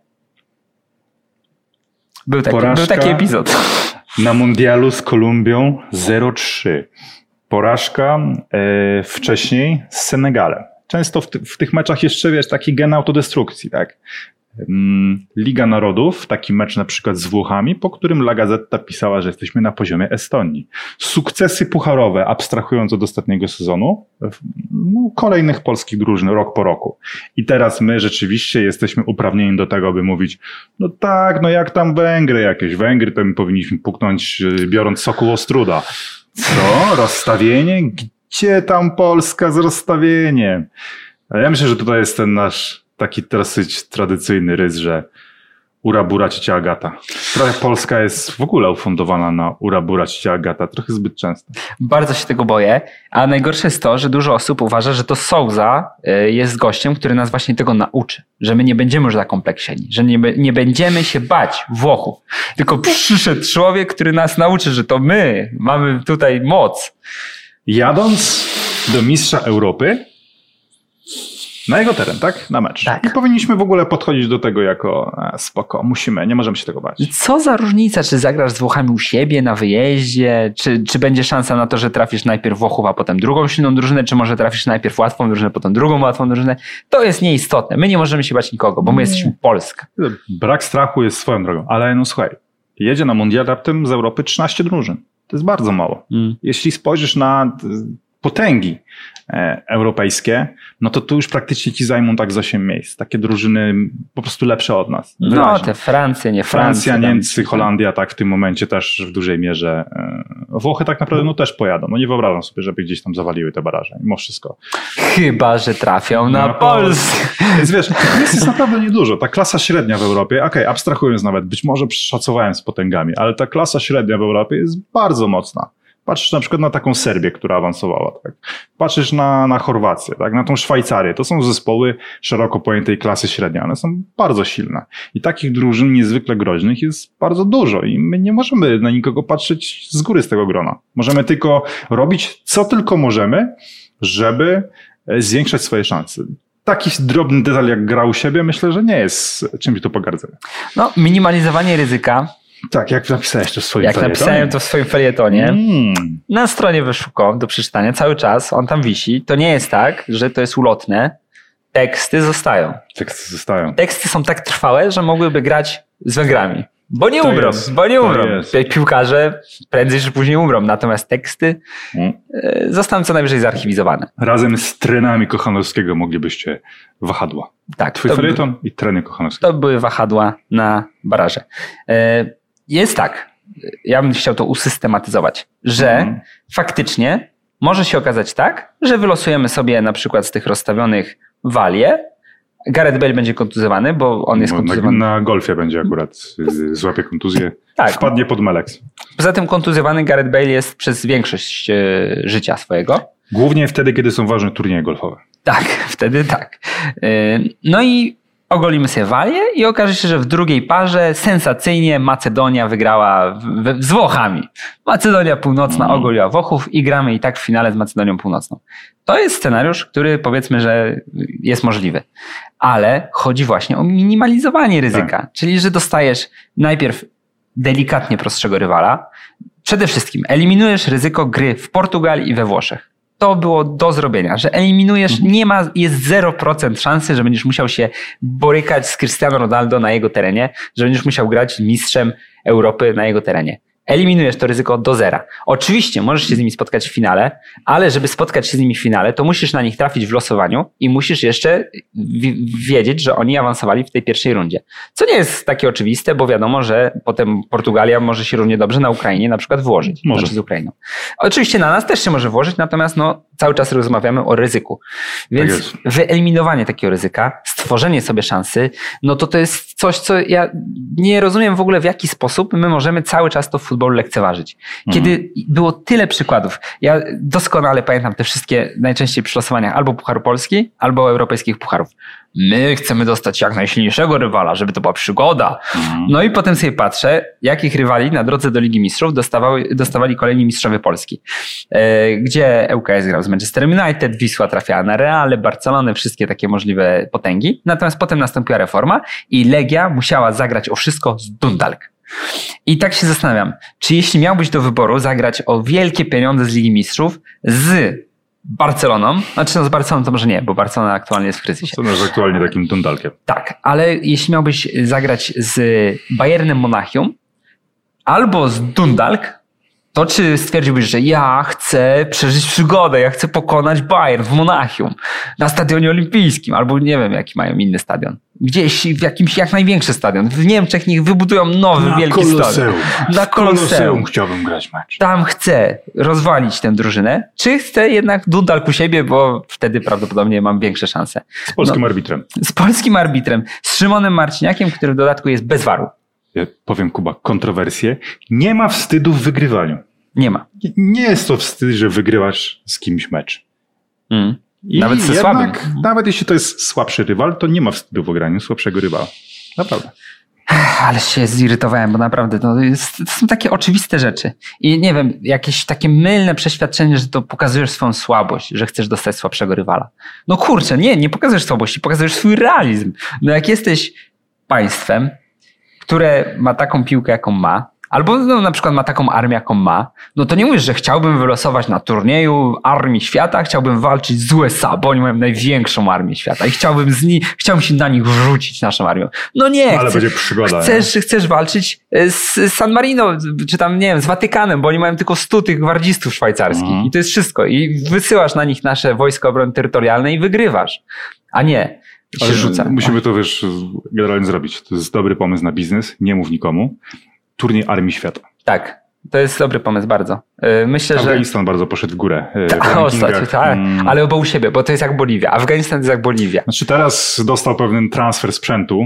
Był taki, był taki epizod. Na mundialu z Kolumbią zero trzy. Porażka e, wcześniej z Senegalem. Często w, ty, w tych meczach jeszcze wiesz, taki gen autodestrukcji, tak? Um, Liga Narodów, taki mecz na przykład z Włochami, po którym La Gazzetta pisała, że jesteśmy na poziomie Estonii. Sukcesy pucharowe, abstrahując od ostatniego sezonu, no, kolejnych polskich drużyn rok po roku. I teraz my rzeczywiście jesteśmy uprawnieni do tego, by mówić, no tak, no jak tam Węgry jakieś. Węgry to my powinniśmy puknąć, biorąc Sokół Ostróda. Co? Rozstawienie? Gdzie tam Polska z rozstawieniem? Ja myślę, że tutaj jest ten nasz taki dosyć tradycyjny rys, że ura bura ciocia Agata. Trochę Polska jest w ogóle ufundowana na ura bura ciocia Agata. Trochę zbyt często. Bardzo się tego boję. A najgorsze jest to, że dużo osób uważa, że to Sousa jest gościem, który nas właśnie tego nauczy. Że my nie będziemy już zakompleksieni. Że nie, nie będziemy się bać Włochów. Tylko przyszedł człowiek, który nas nauczy, że to my mamy tutaj moc. Jadąc do mistrza Europy, na jego teren, tak? Na mecz. Tak. I powinniśmy w ogóle podchodzić do tego jako a, spoko, musimy, nie możemy się tego bać. Co za różnica, czy zagrasz z Włochami u siebie na wyjeździe, czy, czy będzie szansa na to, że trafisz najpierw Włochów, a potem drugą silną drużynę, czy może trafisz najpierw łatwą drużynę, potem drugą łatwą drużynę. To jest nieistotne. My nie możemy się bać nikogo, bo my nie. jesteśmy Polska. Brak strachu jest swoją drogą, ale no słuchaj, jedzie na mundial raptem z Europy trzynaście drużyn. To jest bardzo mało. Mm. Jeśli spojrzysz na potęgi e, europejskie, no to tu już praktycznie ci zajmą tak z osiem miejsc. Takie drużyny po prostu lepsze od nas. Wyraźnie. No te Francja, nie Francja. Francja, Niemcy, Holandia tak w tym momencie też w dużej mierze. E, Włochy tak naprawdę no też pojadą. No nie wyobrażam sobie, żeby gdzieś tam zawaliły te baraże. Mimo wszystko. Chyba, że trafią na, na Polskę. Więc wiesz, jest, jest naprawdę niedużo. Ta klasa średnia w Europie, okej, okay, abstrahując nawet, być może przeszacowałem z potęgami, ale ta klasa średnia w Europie jest bardzo mocna. Patrzysz na przykład na taką Serbię, która awansowała. Tak? Patrzysz na, na Chorwację, tak? Na tą Szwajcarię. To są zespoły szeroko pojętej klasy średniej. One są bardzo silne. I takich drużyn niezwykle groźnych jest bardzo dużo. I my nie możemy na nikogo patrzeć z góry z tego grona. Możemy tylko robić, co tylko możemy, żeby zwiększać swoje szanse. Taki drobny detal jak gra u siebie, myślę, że nie jest czymś do pogardzenia. No, minimalizowanie ryzyka. Tak, jak napisałeś to w swoim Jak felietonie. napisałem to w swoim felietonie, mm. na stronie Wyszuko do przeczytania cały czas, on tam wisi. To nie jest tak, że to jest ulotne. Teksty zostają. Teksty zostają. Teksty są tak trwałe, że mogłyby grać z Węgrami. Bo nie to umrą, jest, bo nie umrą. Jest. Piłkarze prędzej czy później umrą, natomiast teksty mm. zostaną co najwyżej zarchiwizowane. Razem z trenami Kochanowskiego moglibyście wahadła. Tak. Twój felieton by, i treny Kochanowskiego. To były wahadła na baraże. Jest tak, ja bym chciał to usystematyzować, że mm. faktycznie może się okazać tak, że wylosujemy sobie na przykład z tych rozstawionych Walię. Gareth Bale będzie kontuzjowany, bo on jest no, kontuzjowany. Na, na golfie będzie akurat, złapie kontuzję, tak. Wpadnie pod Melex. Poza tym kontuzjowany Gareth Bale jest przez większość e, życia swojego. Głównie wtedy, kiedy są ważne turnieje golfowe. Tak, wtedy tak. E, no i ogolimy sobie Walię i okaże się, że w drugiej parze sensacyjnie Macedonia wygrała w, w, z Włochami. Macedonia Północna mm. ogoliła Włochów i gramy i tak w finale z Macedonią Północną. To jest scenariusz, który powiedzmy, że jest możliwy. Ale chodzi właśnie o minimalizowanie ryzyka. Tak. Czyli, że dostajesz najpierw delikatnie prostszego rywala. Przede wszystkim eliminujesz ryzyko gry w Portugalii i we Włoszech. To było do zrobienia, że eliminujesz, nie ma, jest zero procent szansy, że będziesz musiał się borykać z Cristiano Ronaldo na jego terenie, że będziesz musiał grać mistrzem Europy na jego terenie. Eliminujesz to ryzyko do zera. Oczywiście możesz się z nimi spotkać w finale, ale żeby spotkać się z nimi w finale, to musisz na nich trafić w losowaniu i musisz jeszcze w- wiedzieć, że oni awansowali w tej pierwszej rundzie. Co nie jest takie oczywiste, bo wiadomo, że potem Portugalia może się równie dobrze na Ukrainie na przykład włożyć. Może. Znaczy z Ukrainą. Oczywiście na nas też się może włożyć, natomiast no, cały czas rozmawiamy o ryzyku. Więc tak wyeliminowanie takiego ryzyka, stworzenie sobie szansy, no to to jest coś, co ja nie rozumiem w ogóle, w jaki sposób my możemy cały czas to w futbolu lekceważyć. Kiedy mhm. było tyle przykładów. Ja doskonale pamiętam te wszystkie najczęściej przy losowaniach albo Pucharu Polski, albo europejskich pucharów. My chcemy dostać jak najsilniejszego rywala, żeby to była przygoda. Mhm. No i potem sobie patrzę, jakich rywali na drodze do Ligi Mistrzów dostawały, dostawali kolejni mistrzowie Polski. E, gdzie L K S grał z Manchester United, Wisła trafiała na Reale, Barcelonę, wszystkie takie możliwe potęgi. Natomiast potem nastąpiła reforma i Legia musiała zagrać o wszystko z Dundalk. I tak się zastanawiam, czy jeśli miałbyś do wyboru zagrać o wielkie pieniądze z Ligi Mistrzów z Barceloną, znaczy no z Barceloną to może nie, bo Barcelona aktualnie jest w kryzysie. To jest aktualnie takim Dundalkiem. Tak, ale jeśli miałbyś zagrać z Bayernem Monachium albo z Dundalk, to czy stwierdziłbyś, że ja chcę przeżyć przygodę, ja chcę pokonać Bayern w Monachium na stadionie olimpijskim, albo nie wiem jaki mają inny stadion. Gdzieś w jakimś jak największy stadion. W Niemczech niech wybudują nowy, na wielki Koloseum. stadion. Na Koloseum. chciałbym grać mecz. Tam chcę rozwalić tę drużynę, czy chcę jednak Dundalk u siebie, bo wtedy prawdopodobnie mam większe szanse. Z polskim no, arbitrem. Z polskim arbitrem. Z Szymonem Marciniakiem, który w dodatku jest bez waru. Ja powiem, Kuba, kontrowersję. Nie ma wstydu w wygrywaniu. Nie ma. Nie jest to wstyd, że wygrywasz z kimś mecz. Mm. I nawet ze słabym. Nawet jeśli to jest słabszy rywal, to nie ma wstydu w ograniu słabszego rywala. Naprawdę. Ale się zirytowałem, bo naprawdę to, jest, to są takie oczywiste rzeczy. I nie wiem, jakieś takie mylne przeświadczenie, że to pokazujesz swoją słabość, że chcesz dostać słabszego rywala. No kurczę, nie, nie pokazujesz słabości, pokazujesz swój realizm. No jak jesteś państwem, które ma taką piłkę, jaką ma, albo no, na przykład ma taką armię, jaką ma, no to nie mówisz, że chciałbym wylosować na turnieju Armii Świata, chciałbym walczyć z U S A, bo oni mają największą armię świata i chciałbym z ni- chciałbym się na nich wrzucić naszą armią. No nie, ale chcesz, będzie przygoda. chcesz, chcesz walczyć z San Marino, czy tam, nie wiem, z Watykanem, bo oni mają tylko stu tych gwardzistów szwajcarskich Mhm. i to jest wszystko. I wysyłasz na nich nasze wojska obrony terytorialnej i wygrywasz. A nie, się Ale rzuca. musimy to, wiesz, generalnie zrobić. To jest dobry pomysł na biznes, nie mów nikomu. Turniej Armii Świata. Tak, to jest dobry pomysł bardzo. Yy, Myślę, że... Afganistan bardzo poszedł w górę. yy, w Tak, rankingach. ostatnio, tak, Mm. ale oba u siebie, bo to jest jak Boliwia. Afganistan jest jak Boliwia. Znaczy teraz dostał pewien transfer sprzętu.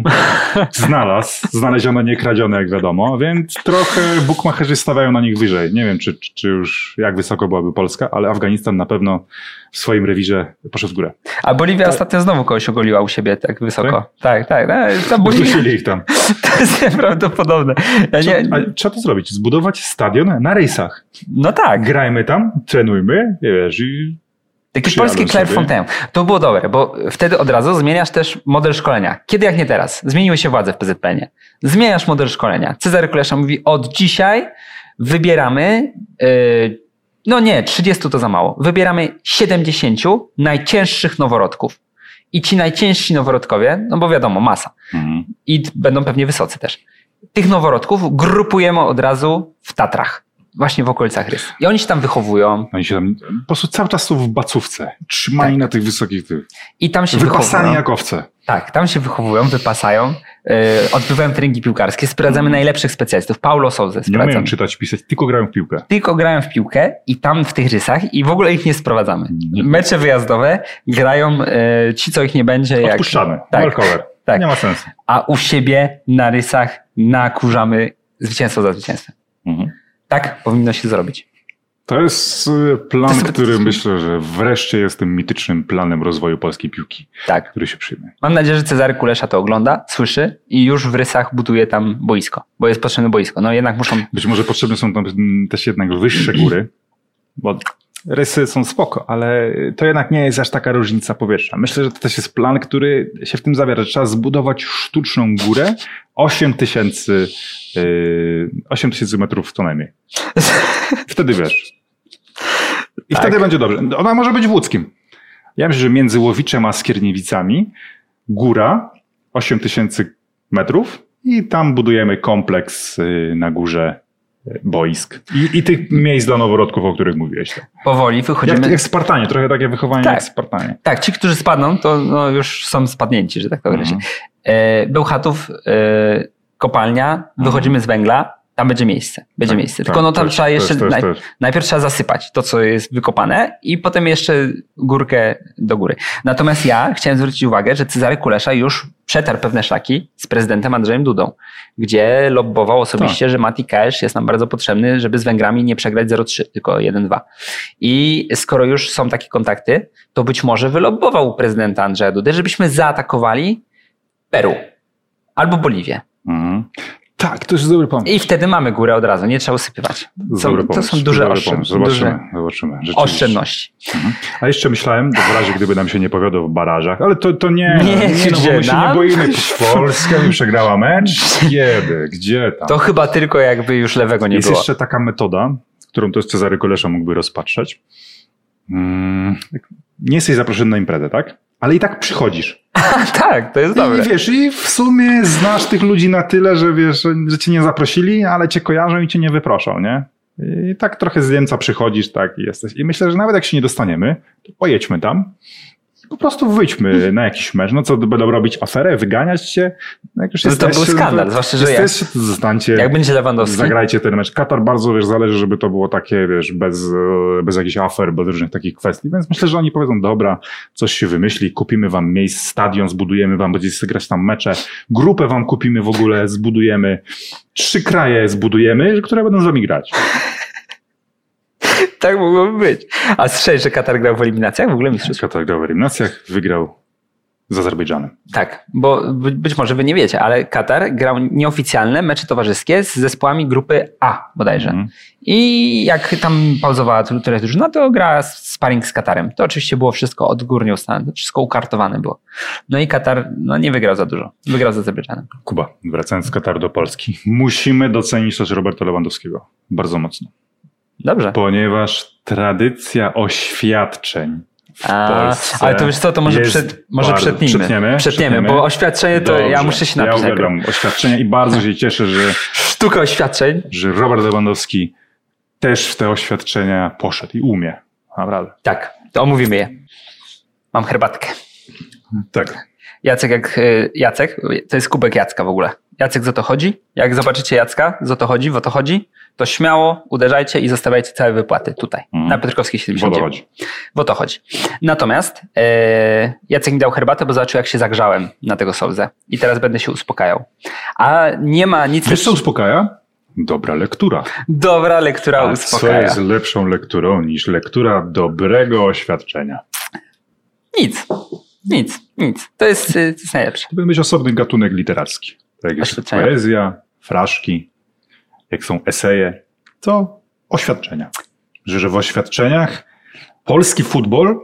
Znalazł. Znalezione, nie kradzione, jak wiadomo. Więc trochę bukmacherzy stawiają na nich wyżej. Nie wiem, czy, czy już jak wysoko byłaby Polska, ale Afganistan na pewno w swoim rewirze poszedł w górę. A Boliwia ostatnio znowu kogoś ogoliła u siebie tak wysoko. Tak, tak. tak. Ta Boliwia, Wrzucili ich tam. to jest nieprawdopodobne. Ja nie, A trzeba to zrobić. Zbudować stadion na rejsach. no tak. Grajmy tam, trenujmy, wiesz, i Taki przyjadą polski Clairefontaine. To było dobre, bo wtedy od razu zmieniasz też model szkolenia. Kiedy jak nie teraz? Zmieniły się władze w P Z P N-ie. Zmieniasz model szkolenia. Cezary Kulesza mówi, od dzisiaj wybieramy, yy, no nie, trzydziestu to za mało. Wybieramy siedemdziesięciu najcięższych noworodków. I ci najciężsi noworodkowie, no bo wiadomo, masa. Mhm. I będą pewnie wysocy też. Tych noworodków grupujemy od razu w Tatrach. Właśnie w okolicach Rys. I oni się tam wychowują. Oni się tam po prostu cały czas są w bacówce. Trzymani Tak. na tych wysokich tych. I tam się Wypasani wychowują. jak owce. Tak, tam się wychowują, wypasają, yy, odbywają treningi piłkarskie, sprowadzamy najlepszych specjalistów. Paulo Sousa Nie umieją sprowadzamy. czytać, pisać, tylko grają w piłkę. Tylko grają w piłkę i tam w tych Rysach i w ogóle ich nie sprowadzamy. Nie. Mecze wyjazdowe grają yy, ci, co ich nie będzie. Jak, Odpuszczamy. tak, Walkover. tak. Nie ma sensu. A u siebie na Rysach nakurzamy zwycięstwo za zwycięstwem. Mhm. Tak powinno się zrobić. To jest y, plan, To jest- który myślę, że wreszcie jest tym mitycznym planem rozwoju polskiej piłki, Tak. który się przyjmie. Mam nadzieję, że Cezary Kulesza to ogląda, słyszy i już w Rysach buduje tam boisko, bo jest potrzebne boisko. No jednak muszą... Być może potrzebne są tam mm, też jednak wyższe góry, bo Rysy są spoko, ale to jednak nie jest aż taka różnica powietrza. Myślę, że to też jest plan, który się w tym zawiera. Trzeba zbudować sztuczną górę osiem tysięcy yy, osiem tysięcy metrów co najmniej. Wtedy wiesz. I Tak. wtedy będzie dobrze. Ona może być w Łódzkim. Ja myślę, że między Łowiczem a Skierniewicami góra osiem tysięcy metrów i tam budujemy kompleks yy, na górze yy, boisk. I, I tych miejsc dla noworodków, o których mówiłeś. Powoli wychodzimy... Jak, jak Spartanie, trochę takie wychowanie Tak. jak Spartanie. Tak, ci, którzy spadną, to no, już są spadnięci, że tak powiem. Mhm. E, Bełchatów, e, kopalnia, wychodzimy z węgla, tam będzie miejsce. Będzie Tak, miejsce. tak, Tylko no tam też, trzeba też, jeszcze, też, naj, też. najpierw trzeba zasypać to, co jest wykopane i potem jeszcze górkę do góry. Natomiast ja chciałem zwrócić uwagę, że Cezary Kulesza już przetarł pewne szlaki z prezydentem Andrzejem Dudą, gdzie lobbował osobiście, Tak. że Mati Cash jest nam bardzo potrzebny, żeby z Węgrami nie przegrać zero trzy, tylko jeden dwa. I skoro już są takie kontakty, to być może wylobbował u prezydenta Andrzeja Dudy, żebyśmy zaatakowali Peru albo Boliwię. Mhm. Tak, to jest dobry pomysł. I wtedy mamy górę od razu, nie trzeba usypywać. Są, Dobry to pomysł, są duże, dobry oszczęd, pomysł. Zobaczymy, duże zobaczymy. Rzeczywiście. oszczędności. Mhm. A jeszcze myślałem, w razie gdyby nam się nie powiodło w barażach, ale to, to nie, Nie, nie, no, gdzie bo my się nam? nie boimy. Polska by przegrała mecz? Kiedy? Gdzie tam? To chyba tylko jakby już lewego nie Jest było. jeszcze taka metoda, którą też Cezary Kulesza mógłby rozpatrzeć. Hmm, nie jesteś zaproszony na imprezę, tak? Ale i tak przychodzisz. Tak, to jest dobre. I wiesz, i w sumie znasz tych ludzi na tyle, że wiesz, że cię nie zaprosili, ale cię kojarzą i cię nie wyproszą, nie? I tak trochę z Niemca przychodzisz, tak, i jesteś. I myślę, że nawet jak się nie dostaniemy, to pojedźmy tam. Po prostu wyjdźmy na jakiś mecz. No co, będą robić aferę, wyganiać cię? No jak już No to jesteście, był skandal, to zwłaszcza, że jesteście, to zostańcie. Jak będzie Lewandowski? Zagrajcie ten mecz. Katar bardzo, wiesz, zależy, żeby to było takie, wiesz, bez, e, bez jakichś afer, bez różnych takich kwestii. Więc myślę, że oni powiedzą, dobra, coś się wymyśli, kupimy wam miejsc, stadion, zbudujemy wam, będziecie grać tam mecze, grupę wam kupimy w ogóle, zbudujemy, trzy kraje zbudujemy, które będą z wami grać. Tak mogłoby być. A słyszałeś, że Katar grał w eliminacjach w ogóle mistrzostw? Katar grał w eliminacjach, wygrał z Azerbejdżanem. Tak, bo by- być może wy nie wiecie, ale Katar grał nieoficjalne mecze towarzyskie z zespołami grupy A bodajże. Mhm. I jak tam pauzowała któraś drużyna, to gra sparring z Katarem. To oczywiście było wszystko odgórnie ustalone, wszystko ukartowane było. No i Katar no, nie wygrał za dużo. Wygrał z Azerbejdżanem. Kuba, wracając z Kataru do Polski, musimy docenić też Roberta Lewandowskiego. Bardzo mocno. Dobrze. Ponieważ tradycja oświadczeń w A, Polsce ale to wiesz co, to może, jest przed, może bardzo- przetnijmy. Przetniemy, Przetniemy, bo oświadczenie to ja Dobrze. muszę się napisać. Ja uwielbiam oświadczenia i bardzo się cieszę, że, Sztuka oświadczeń. że Robert Lewandowski też w te oświadczenia poszedł i umie. Naprawdę. Tak, to omówimy je. Mam herbatkę. Tak. Jacek jak y, Jacek, to jest kubek Jacka w ogóle. Jacek, o to chodzi? Jak zobaczycie Jacka, o to chodzi, o to chodzi, to śmiało uderzajcie i zostawiajcie całe wypłaty tutaj, Mhm. na Piotrkowskiej O siedemdziesiąt to dziewięć. chodzi. O to chodzi. Natomiast e, Jacek mi dał herbatę, bo zobaczył jak się zagrzałem na tego Solzę. I teraz będę się uspokajał. A nie ma nic... Wiesz co uspokaja? Dobra lektura. Dobra lektura A co uspokaja. jest lepszą lekturą niż lektura dobrego oświadczenia? Nic. Nic. Nic. To jest, y, to jest najlepsze. To powinien być osobny gatunek literacki. Tak jak jest Oświadczenia. poezja, fraszki, jak są eseje, to oświadczenia. Że, że w oświadczeniach polski futbol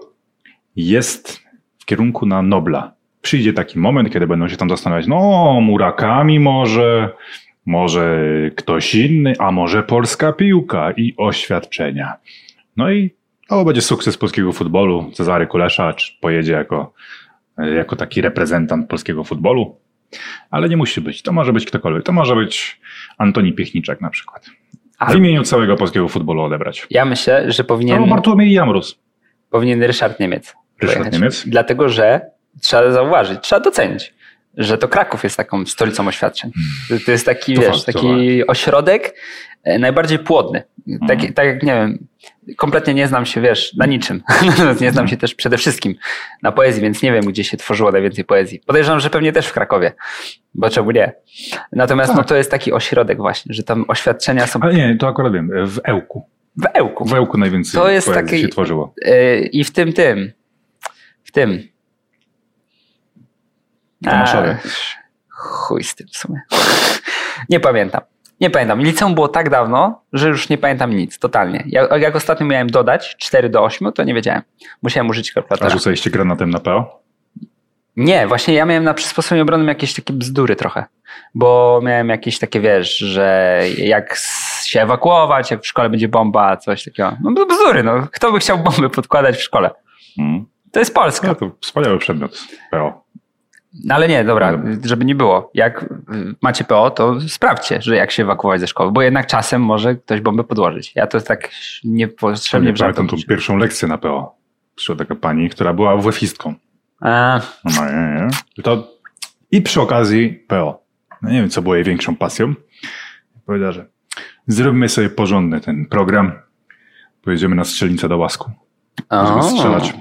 jest w kierunku na Nobla. Przyjdzie taki moment, kiedy będą się tam zastanawiać, no Murakami może, może ktoś inny, a może polska piłka i oświadczenia. No i to będzie sukces polskiego futbolu. Cezary Kuleszacz pojedzie jako, jako taki reprezentant polskiego futbolu. Ale nie musi być. To może być ktokolwiek. To może być Antoni Piechniczak na przykład. W Ale imieniu całego polskiego futbolu odebrać. ja myślę, że powinien, No Bartłomiej Jamrus. powinien Ryszard Niemiec. Ryszard pojechać. Niemiec? Dlatego, że trzeba zauważyć, trzeba docenić, że to Kraków jest taką stolicą oświadczeń. To jest taki, To wiesz, fakt, to taki ośrodek e, najbardziej płodny. Tak, Mhm. tak jak, nie wiem, kompletnie nie znam się, wiesz, na niczym. Nie znam się też przede wszystkim na poezji, więc nie wiem, gdzie się tworzyło najwięcej poezji. Podejrzewam, że pewnie też w Krakowie, bo czemu nie? Natomiast Tak. no, to jest taki ośrodek właśnie, że tam oświadczenia są Ale nie, to akurat wiem. W Ełku. w Ełku. W Ełku najwięcej To jest poezji taki- się tworzyło. E, I w tym, tym, w tym. Tomaszowie. A, Chuj z tym w sumie. Nie pamiętam. Nie pamiętam. Liceum było tak dawno, że już nie pamiętam nic. Totalnie. Jak, jak ostatnio miałem dodać cztery do ośmiu, to nie wiedziałem. Musiałem użyć A kalkulatora. rzucaliście granatem na P O? Nie, właśnie ja miałem na przysposobieniu obronnym jakieś takie bzdury trochę. Bo miałem jakieś takie, wiesz, że jak s- się ewakuować, jak w szkole będzie bomba, coś takiego. No bzdury, no. Kto by chciał bomby podkładać w szkole? Hmm. To jest Polska. No to wspaniały przedmiot. P O. No ale nie, dobra, Dobra. żeby nie było. Jak y, macie P O, to sprawdźcie, że jak się ewakuować ze szkoły, bo jednak czasem może ktoś bombę podłożyć. Ja to tak niepotrzebnie Nie w pamiętam tą żartu. pierwszą lekcję na P O. Przyszła taka pani, która była wefistką. A, No nie, nie. I To I przy okazji P O. No nie wiem, co było jej większą pasją. Powiedziała, że zróbmy sobie porządny ten program. Pojedziemy na strzelnicę do Łasku. Będziemy o, strzelać.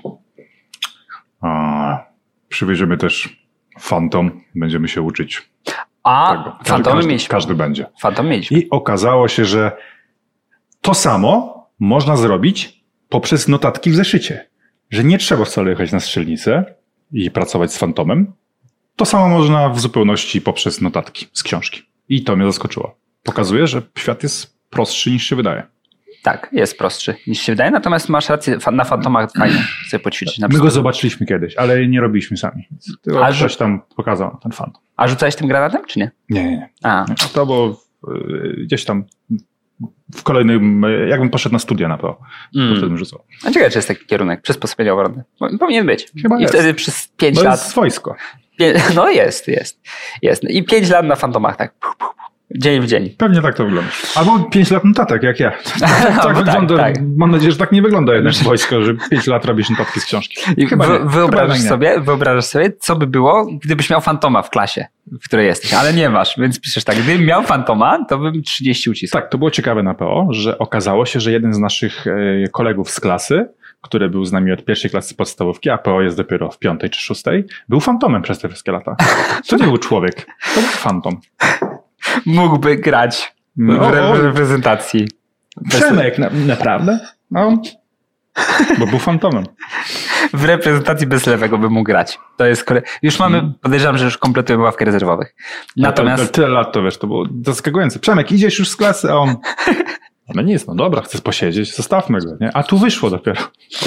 A, przywieziemy też Fantom. Będziemy się uczyć A, tego. Każdy, fantomy każdy, mieliśmy. każdy będzie. Fantom mieliśmy. I okazało się, że to samo można zrobić poprzez notatki w zeszycie. Że nie trzeba wcale jechać na strzelnicę i pracować z Fantomem. To samo można w zupełności poprzez notatki z książki. I to mnie zaskoczyło. Pokazuje, że świat jest prostszy niż się wydaje. Tak, jest prostszy niż się wydaje, natomiast masz rację, fa- na fantomach fajnie sobie poćwiczyć. Na My go przykład. zobaczyliśmy kiedyś, ale nie robiliśmy sami. Tylko A ktoś że- tam pokazał ten Fantom. A rzucałeś tym granatem, czy nie? Nie, nie, nie. A, To było y, gdzieś tam w kolejnym, y, jakbym poszedł na studia na P O, to mm. wtedy bym rzucał. A ciekawe, czy jest taki kierunek, przysposobienia obronne. Powinien być. Chyba I jest. wtedy przez pięć To lat... jest wojsko. Pię... No jest, jest, jest. I pięć lat na fantomach, tak. Dzień w dzień. Pewnie tak to wygląda. Albo pięć lat notatek, jak ja. tak tak, wygląda. tak. Mam nadzieję, że tak nie wygląda jednak wojsko, że pięć lat robisz notatki z książki. I Chyba wy, nie. wyobrażasz, Chyba nie. sobie, wyobrażasz sobie, co by było, gdybyś miał fantoma w klasie, w której jesteś, ale nie masz, więc piszesz tak, gdybym miał fantoma, to bym trzydzieści ucisł. Tak, to było ciekawe na P O, że okazało się, że jeden z naszych e, kolegów z klasy, który był z nami od pierwszej klasy podstawówki, a P O jest dopiero w piątej czy szóstej, był fantomem przez te wszystkie lata. To nie był człowiek, to był fantom. Mógłby grać No, w, re, w reprezentacji. Przemek, na, naprawdę? No. Bo był fantomem. W reprezentacji bez lewego by mógł grać. To jest kole... Już mamy, hmm. podejrzewam, że już kompletujemy ławkę rezerwowych. Natomiast... To, to, tyle lat to wiesz, to było zaskakujące. Przemek, idziesz już z klasy, a on... Ale nie jest, no dobra, chcesz posiedzieć, zostawmy go, nie? A tu wyszło dopiero.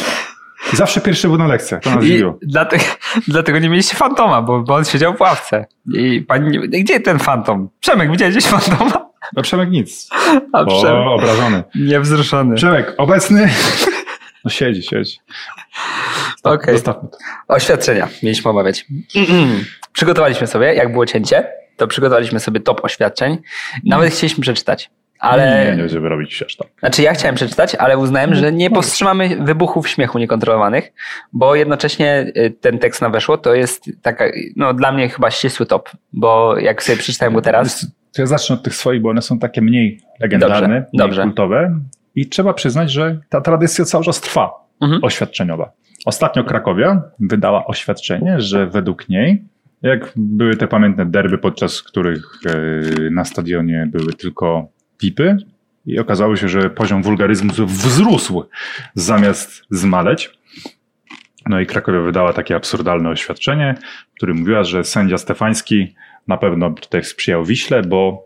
I zawsze pierwszy był na lekcjach, to nas dziwiło. Dlatego, dlatego nie mieliście fantoma, bo, bo on siedział w ławce. I pani, gdzie ten fantom? Przemek, widziałeś gdzieś fantoma? A Przemek nic. A bo Przemek, obrażony. Niewzruszony. Przemek, obecny? No siedzi, siedzi. Okej. Okay. Zostawmy to. Oświadczenia mieliśmy omawiać. Przygotowaliśmy sobie, jak było cięcie, to przygotowaliśmy sobie top oświadczeń. Nawet hmm. chcieliśmy przeczytać. Ale... Nie, nie będziemy robić aż tak. Znaczy ja chciałem przeczytać, ale uznałem, że nie powstrzymamy wybuchów śmiechu niekontrolowanych, bo jednocześnie ten tekst na weszło to jest taka, no dla mnie chyba ścisły top, bo jak sobie przeczytałem go teraz... To ja zacznę od tych swoich, bo one są takie mniej legendarne, dobrze, mniej dobrze. kultowe i trzeba przyznać, że ta tradycja cały czas trwa, mhm. oświadczeniowa. Ostatnio Krakowia wydała oświadczenie, że według niej, jak były te pamiętne derby, podczas których na stadionie były tylko pipy i okazało się, że poziom wulgaryzmu wzrósł zamiast zmaleć. No i Krakowia wydała takie absurdalne oświadczenie, w którym mówiła, że sędzia Stefański na pewno tutaj sprzyjał Wiśle, bo,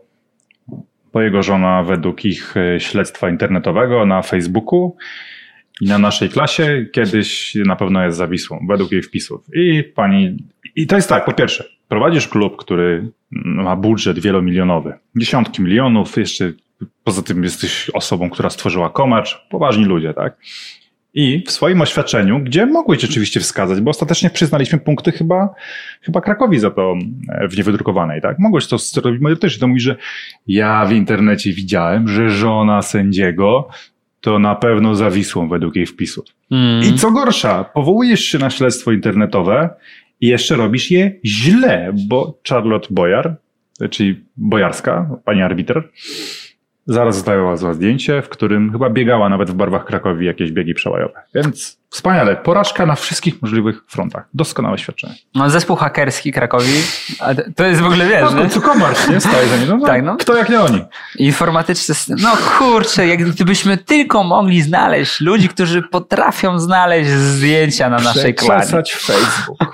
bo jego żona według ich śledztwa internetowego na Facebooku i na naszej klasie kiedyś na pewno jest za Wisłą, według jej wpisów. I pani, i to jest tak, po pierwsze, prowadzisz klub, który ma budżet wielomilionowy, dziesiątki milionów, jeszcze poza tym jesteś osobą, która stworzyła Komarz, poważni ludzie, tak? I w swoim oświadczeniu, gdzie mogłeś rzeczywiście wskazać, bo ostatecznie przyznaliśmy punkty chyba, chyba Krakowi za to w niewydrukowanej, tak? Mogłeś to zrobić merytorycznie, to mówi, że ja w internecie widziałem, że żona sędziego to na pewno za Wisłą według jej wpisów. Mm. I co gorsza, powołujesz się na śledztwo internetowe i jeszcze robisz je źle, bo Charlotte Bojar, czyli Bojarska, pani arbiter, zaraz zostawiła zła zdjęcie, w którym chyba biegała nawet w barwach Krakowi jakieś biegi przełajowe. Więc wspaniale. Porażka na wszystkich możliwych frontach. Doskonałe świadczenie. No, zespół hakerski Krakowi, to jest w ogóle, wiesz, no, nie? Co Komarz, nie? Staje za nim. No, tak, no. Kto jak nie oni? Informatyczny, no kurczę, jak gdybyśmy tylko mogli znaleźć ludzi, którzy potrafią znaleźć zdjęcia na naszej klanie. Przekrzesać Facebook.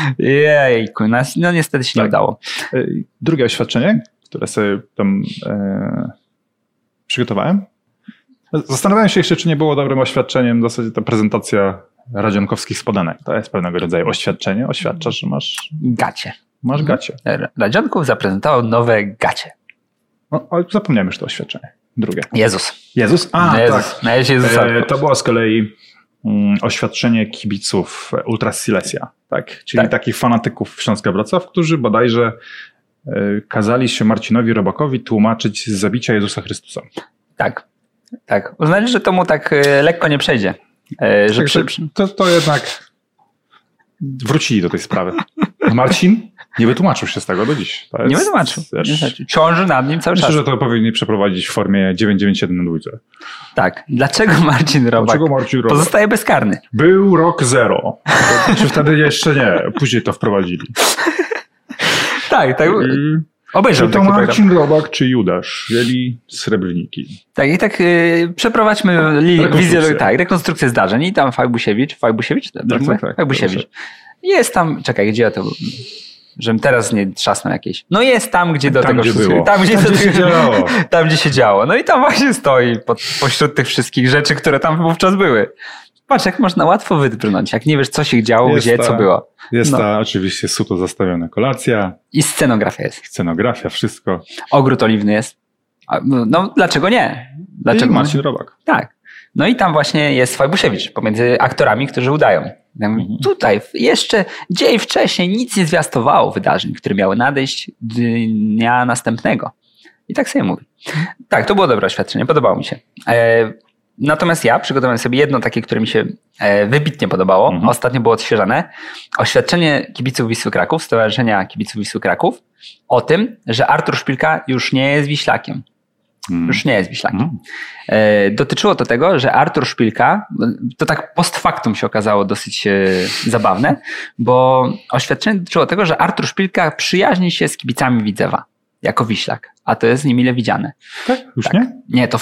Jejku, no niestety się tak. nie udało. Drugie oświadczenie, które sobie tam... E... przygotowałem. Zastanawiałem się jeszcze, czy nie było dobrym oświadczeniem w zasadzie ta prezentacja radzionkowskich spodenek. To jest pewnego rodzaju oświadczenie. Oświadczasz, że masz... Gacie. Masz gacie. Radzionków zaprezentował nowe gacie. No, ale zapomniałem już to oświadczenie. Drugie. Jezus. Jezus? A, Jezus. tak. Na Jezusa. E, to było z kolei um, oświadczenie kibiców Ultras Silesia. Tak? Czyli tak. takich fanatyków Śląska Wrocław, którzy bodajże kazali się Marcinowi Robakowi tłumaczyć z zabicia Jezusa Chrystusa. Tak, tak. Uznali, że to mu tak lekko nie przejdzie. Że tak, przy... to, to jednak wrócili do tej sprawy. Marcin nie wytłumaczył się z tego do dziś. To jest, nie wytłumaczył. Wiesz, ciąży nad nim cały myślę, czas. Myślę, że to powinni przeprowadzić w formie dziewięćset dziewięćdziesiąt jeden na dwójce. Tak. Dlaczego Marcin Robak Dlaczego Marcin Robak pozostaje bezkarny? Był rok zero. Czy wtedy jeszcze nie? Później to wprowadzili. Tak, tak. Obejrzał czy to Marcin program. Robak, czy Judasz wzięli srebrniki. Tak, i tak yy, przeprowadźmy li, wizję, tak, rekonstrukcję zdarzeń. I tam Fajbusiewicz, Fajbusiewicz? Tak, tak, tak, Fajbusiewicz. Jest tam, czekaj, gdzie ja to... Żebym teraz nie trzasnął jakieś. No jest tam, gdzie do tam, tego gdzie wszystkiego. Było. Tam, gdzie, tam, do gdzie tego, się działo. Tam, gdzie się działo. No i tam właśnie stoi pod, pośród tych wszystkich rzeczy, które tam wówczas były. Patrz, jak można łatwo wybrnąć, jak nie wiesz, co się działo, jest gdzie, ta, co było. Jest no. ta oczywiście suto zastawiona kolacja. I scenografia jest. Scenografia, wszystko. Ogród oliwny jest. No, dlaczego nie? Dlaczego I Marcin Robak. Tak. No i tam właśnie jest Fajbusiewicz pomiędzy aktorami, którzy udają. Mhm. Tutaj jeszcze dzień wcześniej nic nie zwiastowało wydarzeń, które miały nadejść dnia następnego. I tak sobie mówi. Tak, to było dobre oświadczenie, podobało mi się. E, Natomiast ja przygotowałem sobie jedno takie, które mi się wybitnie podobało. Mhm. Ostatnio było odświeżane. Oświadczenie kibiców Wisły Kraków, Stowarzyszenia Kibiców Wisły Kraków o tym, że Artur Szpilka już nie jest Wiślakiem. Mhm. Już nie jest Wiślakiem. Mhm. Dotyczyło to tego, że Artur Szpilka, to tak post factum się okazało dosyć zabawne, bo oświadczenie dotyczyło tego, że Artur Szpilka przyjaźni się z kibicami Widzewa jako Wiślak, a to jest niemile widziane. Tak? Już tak. nie? Nie, to wtedy.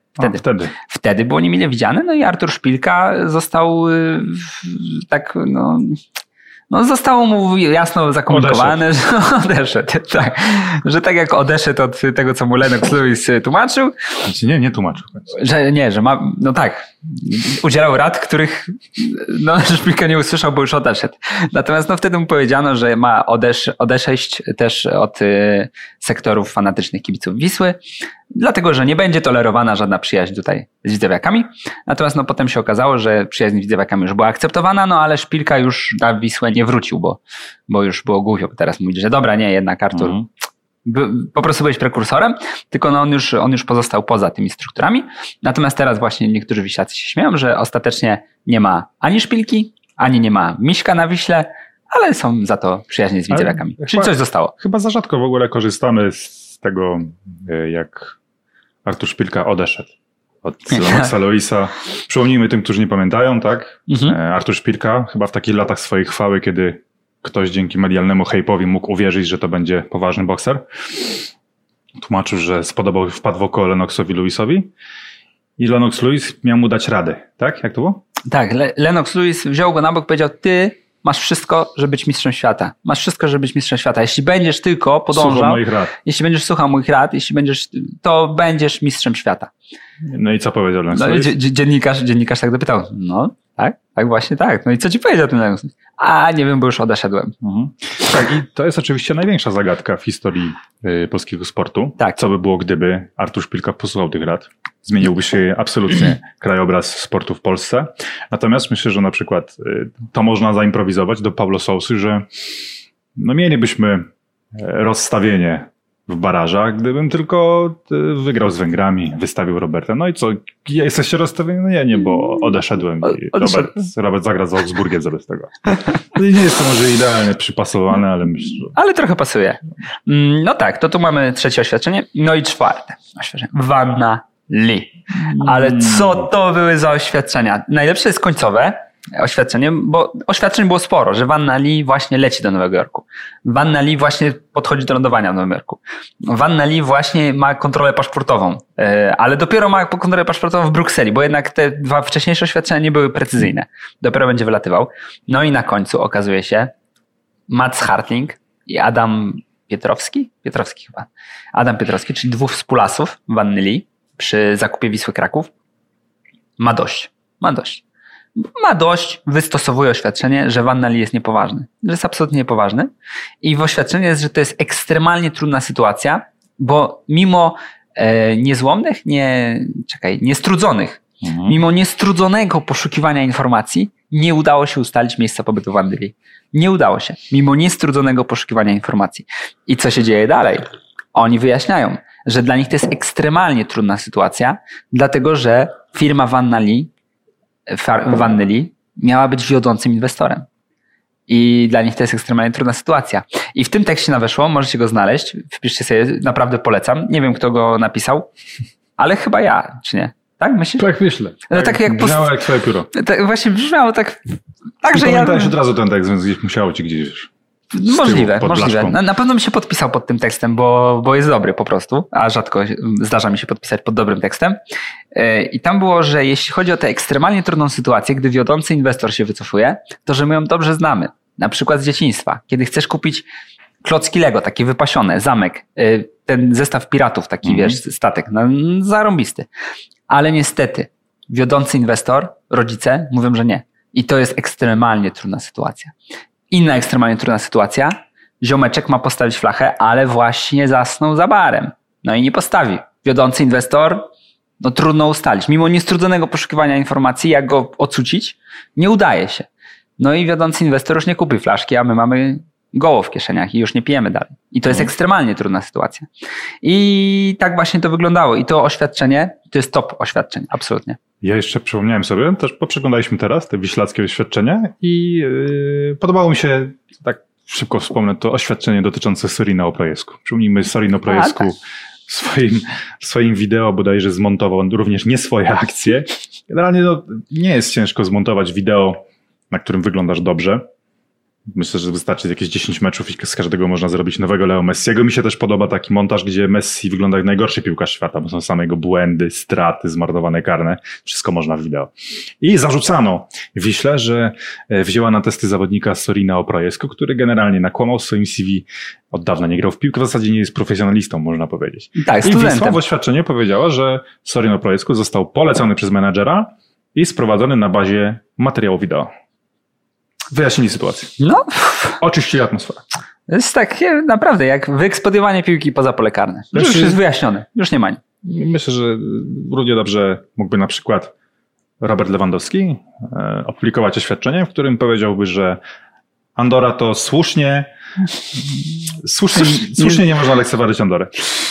Wtedy. A, wtedy. Wtedy było niemile widziane, no i Artur Szpilka został y, tak, no... No zostało mu jasno zakomunikowane, odeszedł. że odeszedł. Tak. Że tak jak odeszedł od tego, co mu Lennox Lewis tłumaczył. Znaczy nie, nie tłumaczył. Że nie, że ma, no tak, udzielał rad, których no Szpilka nie usłyszał, bo już odeszedł. Natomiast no wtedy mu powiedziano, że ma odesz, odeszeć też od y, sektorów fanatycznych kibiców Wisły, dlatego, że nie będzie tolerowana żadna przyjaźń tutaj z widzowiakami. Natomiast no potem się okazało, że przyjaźń z widzowiakami już była akceptowana, no ale Szpilka już na Wisłę nie wrócił, bo, bo już było głupio teraz mówić, że dobra, nie, jednak Artur, mhm. by, po prostu byłeś prekursorem, tylko no on już, on już pozostał poza tymi strukturami. Natomiast teraz właśnie niektórzy Wiślacy się śmieją, że ostatecznie nie ma ani Szpilki, ani nie ma Miśka na Wiśle, ale są za to przyjaźnie z widzowiakami. Czyli chyba, coś zostało. Chyba za rzadko w ogóle korzystamy z tego, jak Artur Szpilka odeszedł od Lennoxa Lewisa. Przypomnijmy tym, którzy nie pamiętają, tak? Mhm. Artur Szpilka chyba w takich latach swojej chwały, kiedy ktoś dzięki medialnemu hejpowi mógł uwierzyć, że to będzie poważny bokser. Tłumaczył, że spodobał, wpadł w oko Lennoxowi Lewisowi i Lennox Lewis miał mu dać radę, tak? Jak to było? Tak, Le- Lennox Lewis wziął go na bok i powiedział, ty masz wszystko, żeby być mistrzem świata. Masz wszystko, żeby być mistrzem świata. Jeśli będziesz tylko podążał, słuchał moich rad. jeśli będziesz słuchał moich rad, jeśli będziesz, to będziesz mistrzem świata. No i co powiedział Lennox Lewis? No, dzie- dziennikarz, dziennikarz tak dopytał. No, tak, tak, właśnie tak. No i co ci powiedział ten Lennox? A, nie wiem, bo już odeszedłem. Mhm. Tak, i to jest oczywiście największa zagadka w historii y, polskiego sportu. Tak. Co by było, gdyby Artur Szpilka posłuchał tych rad? Zmieniłby się absolutnie krajobraz sportu w Polsce. Natomiast myślę, że na przykład y, to można zaimprowizować do Paulo Sousy, że no mielibyśmy rozstawienie w barażach, gdybym tylko wygrał z Węgrami, wystawił Roberta. No i co? Jesteście rozstawieni? No nie, nie, bo odeszedłem i Robert, Robert zagra z Augsburgiem zamiast tego. Nie jest to może idealnie przypasowane, ale myślę, że... Ale trochę pasuje. No tak, to tu mamy trzecie oświadczenie. No i czwarte oświadczenie. Vanna Lee. Ale co to były za oświadczenia? Najlepsze jest końcowe oświadczenie, bo oświadczeń było sporo, że Vanna Lee właśnie leci do Nowego Jorku. Vanna Lee właśnie podchodzi do lądowania w Nowym Jorku. Vanna Lee właśnie ma kontrolę paszportową, ale dopiero ma kontrolę paszportową w Brukseli, bo jednak te dwa wcześniejsze oświadczenia nie były precyzyjne. Dopiero będzie wylatywał. No i na końcu okazuje się Mats Hartling i Adam Pietrowski, Pietrowski chyba, Adam Pietrowski, czyli dwóch współlasów Vanny Lee przy zakupie Wisły Kraków, ma dość. Ma dość. Ma dość, wystosowuje oświadczenie, że Vanna Lee jest niepoważny. Że jest absolutnie niepoważny. I w oświadczeniu jest, że to jest ekstremalnie trudna sytuacja, bo mimo e, niezłomnych, nie, czekaj, niestrudzonych, mhm. mimo niestrudzonego poszukiwania informacji, nie udało się ustalić miejsca pobytu Vanny Lee. Nie udało się. Mimo niestrudzonego poszukiwania informacji. I co się dzieje dalej? Oni wyjaśniają, że dla nich to jest ekstremalnie trudna sytuacja, dlatego że firma Vanna Lee Vanny Lee miała być wiodącym inwestorem. I dla nich to jest ekstremalnie trudna sytuacja. I w tym tekście na Weszło, możecie go znaleźć, wpiszcie sobie, naprawdę polecam. Nie wiem, kto go napisał, ale chyba ja, czy nie? Tak myślisz? Tak myślę. No, tak, tak jak brzmiało post... jak twoje pióro. Tak, właśnie brzmiało tak, tak że ja... Pamiętałeś od razu ten tekst, więc gdzieś musiało ci gdzieś... Możliwe, możliwe. Na, na pewno mi się podpisał pod tym tekstem, bo, bo jest dobry po prostu, a rzadko zdarza mi się podpisać pod dobrym tekstem. I tam było, że jeśli chodzi o tę ekstremalnie trudną sytuację, gdy wiodący inwestor się wycofuje, to że my ją dobrze znamy. Na przykład z dzieciństwa. Kiedy chcesz kupić klocki Lego, takie wypasione, zamek, ten zestaw piratów, taki mhm. wiesz, statek, no, zarąbisty. Ale niestety wiodący inwestor, rodzice mówią, że nie. I to jest ekstremalnie trudna sytuacja. Inna ekstremalnie trudna sytuacja. Ziomeczek ma postawić flachę, ale właśnie zasnął za barem. No i nie postawi. Wiodący inwestor, no trudno ustalić. Mimo niestrudzonego poszukiwania informacji, jak go ocucić, nie udaje się. No i wiodący inwestor już nie kupi flaszki, a my mamy goło w kieszeniach i już nie pijemy dalej. I to jest ekstremalnie trudna sytuacja. I tak właśnie to wyglądało. I to oświadczenie, to jest top oświadczeń, absolutnie. Ja jeszcze przypomniałem sobie, też poprzeglądaliśmy teraz te wiślackie oświadczenia i yy, podobało mi się, tak szybko wspomnę, to oświadczenie dotyczące Sorina Oprojesku. Przypomnijmy, Sorin Oprojesku w swoim, w swoim wideo bodajże zmontował również nie swoje akcje. Generalnie no, nie jest ciężko zmontować wideo, na którym wyglądasz dobrze. Myślę, że wystarczy jakieś dziesięć meczów i z każdego można zrobić nowego Leo Messiego. Mi się też podoba taki montaż, gdzie Messi wygląda jak najgorszy piłkarz świata, bo są same jego błędy, straty, zmarnowane karne. Wszystko można w wideo. I zarzucano Wiśle, że wzięła na testy zawodnika Sorina Oprojecku, który generalnie nakłamał w swoim C V. Od dawna nie grał w piłkę, w zasadzie nie jest profesjonalistą, można powiedzieć. Tak, I studentem. Wisła w oświadczeniu powiedziała, że Sorin Oprojecku został polecony przez menadżera i sprowadzony na bazie materiału wideo. Wyjaśnili sytuację. No, Oczyścili atmosferę. to jest takie naprawdę jak wyeksplodowanie piłki poza pole karne. Już Myślę, jest wyjaśnione. Już nie ma. Myślę, że równie dobrze mógłby na przykład Robert Lewandowski e, opublikować oświadczenie, w którym powiedziałby, że Andora to słusznie, słusznie, słusznie nie można lekceważyć Andory.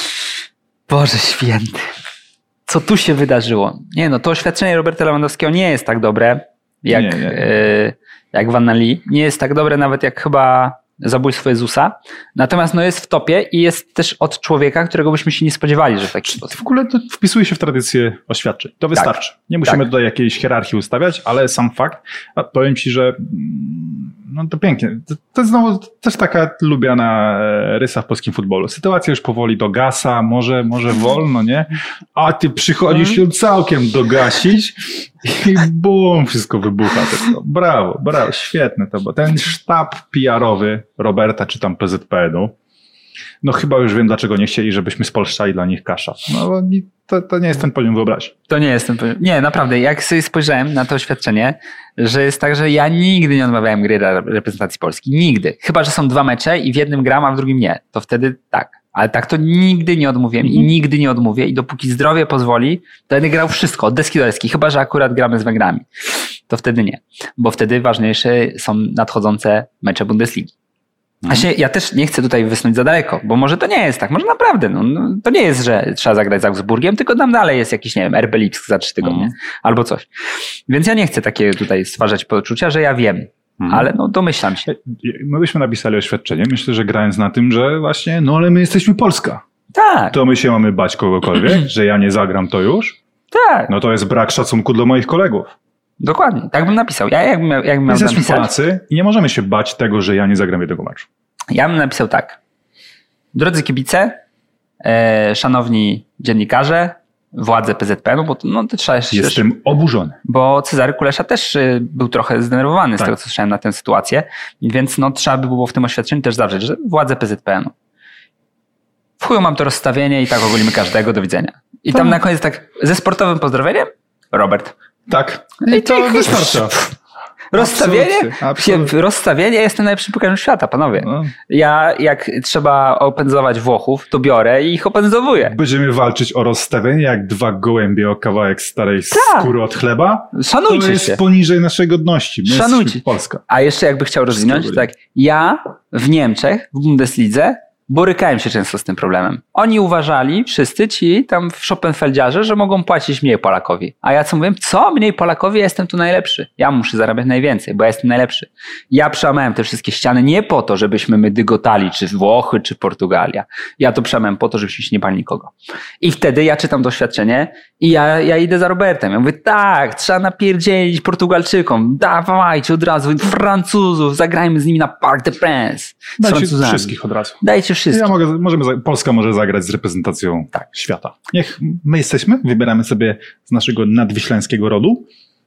Boże święty. Co tu się wydarzyło? Nie no, to oświadczenie Roberta Lewandowskiego nie jest tak dobre, jak, Nie, nie. e, jak Van Lee. Nie jest tak dobre nawet jak chyba zabójstwo Jezusa. Natomiast no jest w topie i jest też od człowieka, którego byśmy się nie spodziewali, że w taki sposób. W ogóle to wpisuje się w tradycję oświadczeń. To wystarczy. Nie musimy tak. tutaj jakiejś hierarchii ustawiać, ale sam fakt, a powiem ci, że no to pięknie. To, to jest znowu też taka lubiana rysa w polskim futbolu. Sytuacja już powoli dogasa, może, może wolno, nie? A ty przychodzisz ją całkiem dogasić i bum, wszystko wybucha. Tylko. Brawo, brawo, świetne to było. Ten sztab P R-owy Roberta czy tam P Z P N-u, no chyba już wiem, dlaczego nie chcieli, żebyśmy spolszczali dla nich kasza. No bo to, to nie jest ten poziom wyobraźni. To nie jest ten poziom. Nie, naprawdę, jak sobie spojrzałem na to oświadczenie, że jest tak, że ja nigdy nie odmawiałem gry dla reprezentacji Polski. Nigdy. Chyba że są dwa mecze i w jednym gram, a w drugim nie. To wtedy tak. Ale tak to nigdy nie odmówiłem i nigdy nie odmówię i dopóki zdrowie pozwoli, to będę grał wszystko, od deski do deski. Chyba że akurat gramy z Węgrami. To wtedy nie. Bo wtedy ważniejsze są nadchodzące mecze Bundesligi. Właśnie ja też nie chcę tutaj wysnąć za daleko, bo może to nie jest tak, może naprawdę, no, no, to nie jest, że trzeba zagrać z Augsburgiem, tylko tam dalej jest jakiś, nie wiem, R B Lipsk za trzy tygodnie, mm. albo coś. Więc ja nie chcę takiego tutaj stwarzać poczucia, że ja wiem, mm. ale no domyślam się. My byśmy napisali oświadczenie, myślę, że grając na tym, że właśnie, no ale my jesteśmy Polska. Tak. To my się mamy bać kogokolwiek, że ja nie zagram to już. Tak. No to jest brak szacunku dla moich kolegów. Dokładnie, tak bym napisał. Ja jakbym miał, jakbym miał Jesteśmy napisać, Polacy i nie możemy się bać tego, że ja nie zagram jednego meczu. Ja bym napisał tak. Drodzy kibice, e, szanowni dziennikarze, władze P Z P N-u, bo to, no, to trzeba jeszcze... Jestem też, oburzony. Bo Cezary Kulesza też y, był trochę zdenerwowany tak. z tego, co słyszałem na tę sytuację, więc no, trzeba by było w tym oświadczeniu też zawrzeć, że władze P Z P N-u. W chuju mam to rozstawienie i tak ogólimy każdego, do widzenia. I tam, tam na koniec tak ze sportowym pozdrowieniem, Robert. Tak. I, I to wystarcza. Rozstawienie? Absolutnie, absolutnie. Rozstawienie? Ja jestem najlepszym piłkarzem świata, panowie. No. Ja jak trzeba opędzować Włochów, to biorę i ich opędzowuję. Będziemy walczyć o rozstawienie jak dwa gołębie o kawałek starej Ta. skóry od chleba. Szanujcie to jest się. poniżej naszej godności. My Szanujcie. Polska. A jeszcze jakby chciał rozwinąć, to tak, ja w Niemczech, w Bundeslidze borykałem się często z tym problemem. Oni uważali, wszyscy ci tam w Schopenfeldziarze, że mogą płacić mniej Polakowi. A ja co mówiłem? Co? Mniej Polakowi? Ja jestem tu najlepszy. Ja muszę zarabiać najwięcej, bo ja jestem najlepszy. Ja przełamałem te wszystkie ściany nie po to, żebyśmy my dygotali, czy Włochy, czy Portugalia. Ja to przełamałem po to, żebyśmy się nie bali nikogo. I wtedy ja czytam doświadczenie i ja, ja idę za Robertem. Ja mówię, tak, trzeba napierdzielić Portugalczykom. Dawajcie od razu Francuzów, zagrajmy z nimi na Parc des Princes. Dajcie wszystkich od razu. Dajcie wszystkich. Ja mogę, możemy, Polska może zagrać z reprezentacją tak. świata. Niech my jesteśmy, wybieramy sobie z naszego nadwiślańskiego rodu,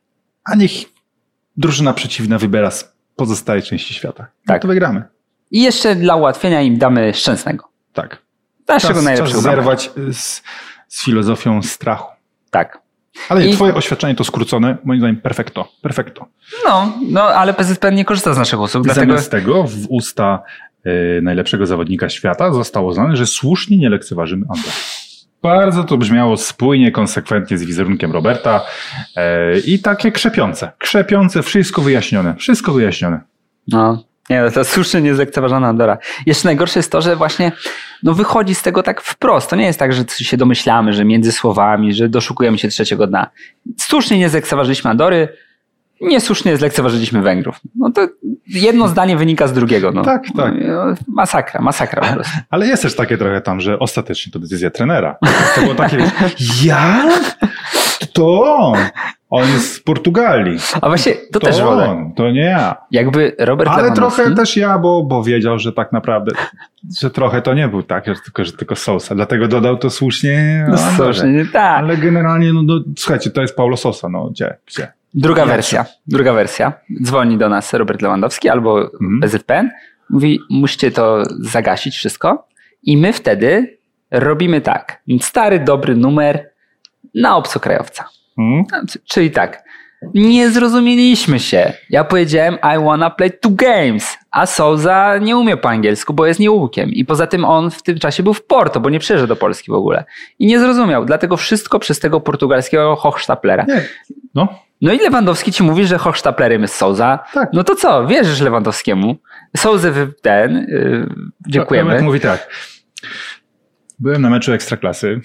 a niech drużyna przeciwna wybiera z pozostałej części świata. Tak. No to wygramy. I jeszcze dla ułatwienia im damy Szczęsnego. Tak. Naszego czas, najlepszego. Czas zerwać z, z filozofią strachu. Tak. Ale I... twoje oświadczenie to skrócone, moim zdaniem perfekto. Perfekto. No, no ale P Z P N nie korzysta z naszych usług. Zamiast dlatego... tego w usta y, najlepszego zawodnika świata zostało uznane, że słusznie nie lekceważymy Andora. Bardzo to brzmiało spójnie, konsekwentnie z wizerunkiem Roberta y, i takie krzepiące. Krzepiące, wszystko wyjaśnione. Wszystko wyjaśnione. No. Nie, to słusznie niezlekceważona Andora. Jeszcze najgorsze jest to, że właśnie no wychodzi z tego tak wprost. To nie jest tak, że się domyślamy, że między słowami, że doszukujemy się trzeciego dna. Słusznie nie zlekceważyliśmy Andory, niesłusznie zlekceważyliśmy Węgrów. No to jedno zdanie wynika z drugiego. No. Tak, tak. No, masakra, masakra po prostu. Ale jest też takie trochę tam, że ostatecznie to decyzja trenera. To było takie, jak? To? On jest z Portugalii. A właśnie, to, To też wolę. on, to nie ja. Jakby Robert Ale Lewandowski... trochę też ja, bo, bo wiedział, że tak naprawdę, że trochę to nie był tak, że tylko, że tylko Sousa. Dlatego dodał to słusznie. No, No, słusznie, nie tak. ale generalnie, no, no słuchajcie, to jest Paulo Sousa, no gdzie, gdzie? Druga Jak wersja, druga wersja. Dzwoni do nas Robert Lewandowski albo Mhm. B Z P N. Mówi, musicie to zagasić wszystko. I my wtedy robimy tak. Stary, dobry numer na obcokrajowca. Hmm? Czyli tak. Nie zrozumieliśmy się. Ja powiedziałem I wanna play two games. A Sousa nie umie po angielsku, bo jest nieukiem. I poza tym on w tym czasie był w Porto, bo nie przyjeżdżał do Polski w ogóle. I nie zrozumiał. Dlatego wszystko przez tego portugalskiego Hochstaplera. Nie, no. No i Lewandowski ci mówi, że Hochstaplerem jest Sousa. Tak. No to co? Wierzysz Lewandowskiemu? Sousę wy ten. Yy, dziękujemy. Tomek mówi tak. Byłem na meczu Ekstraklasy.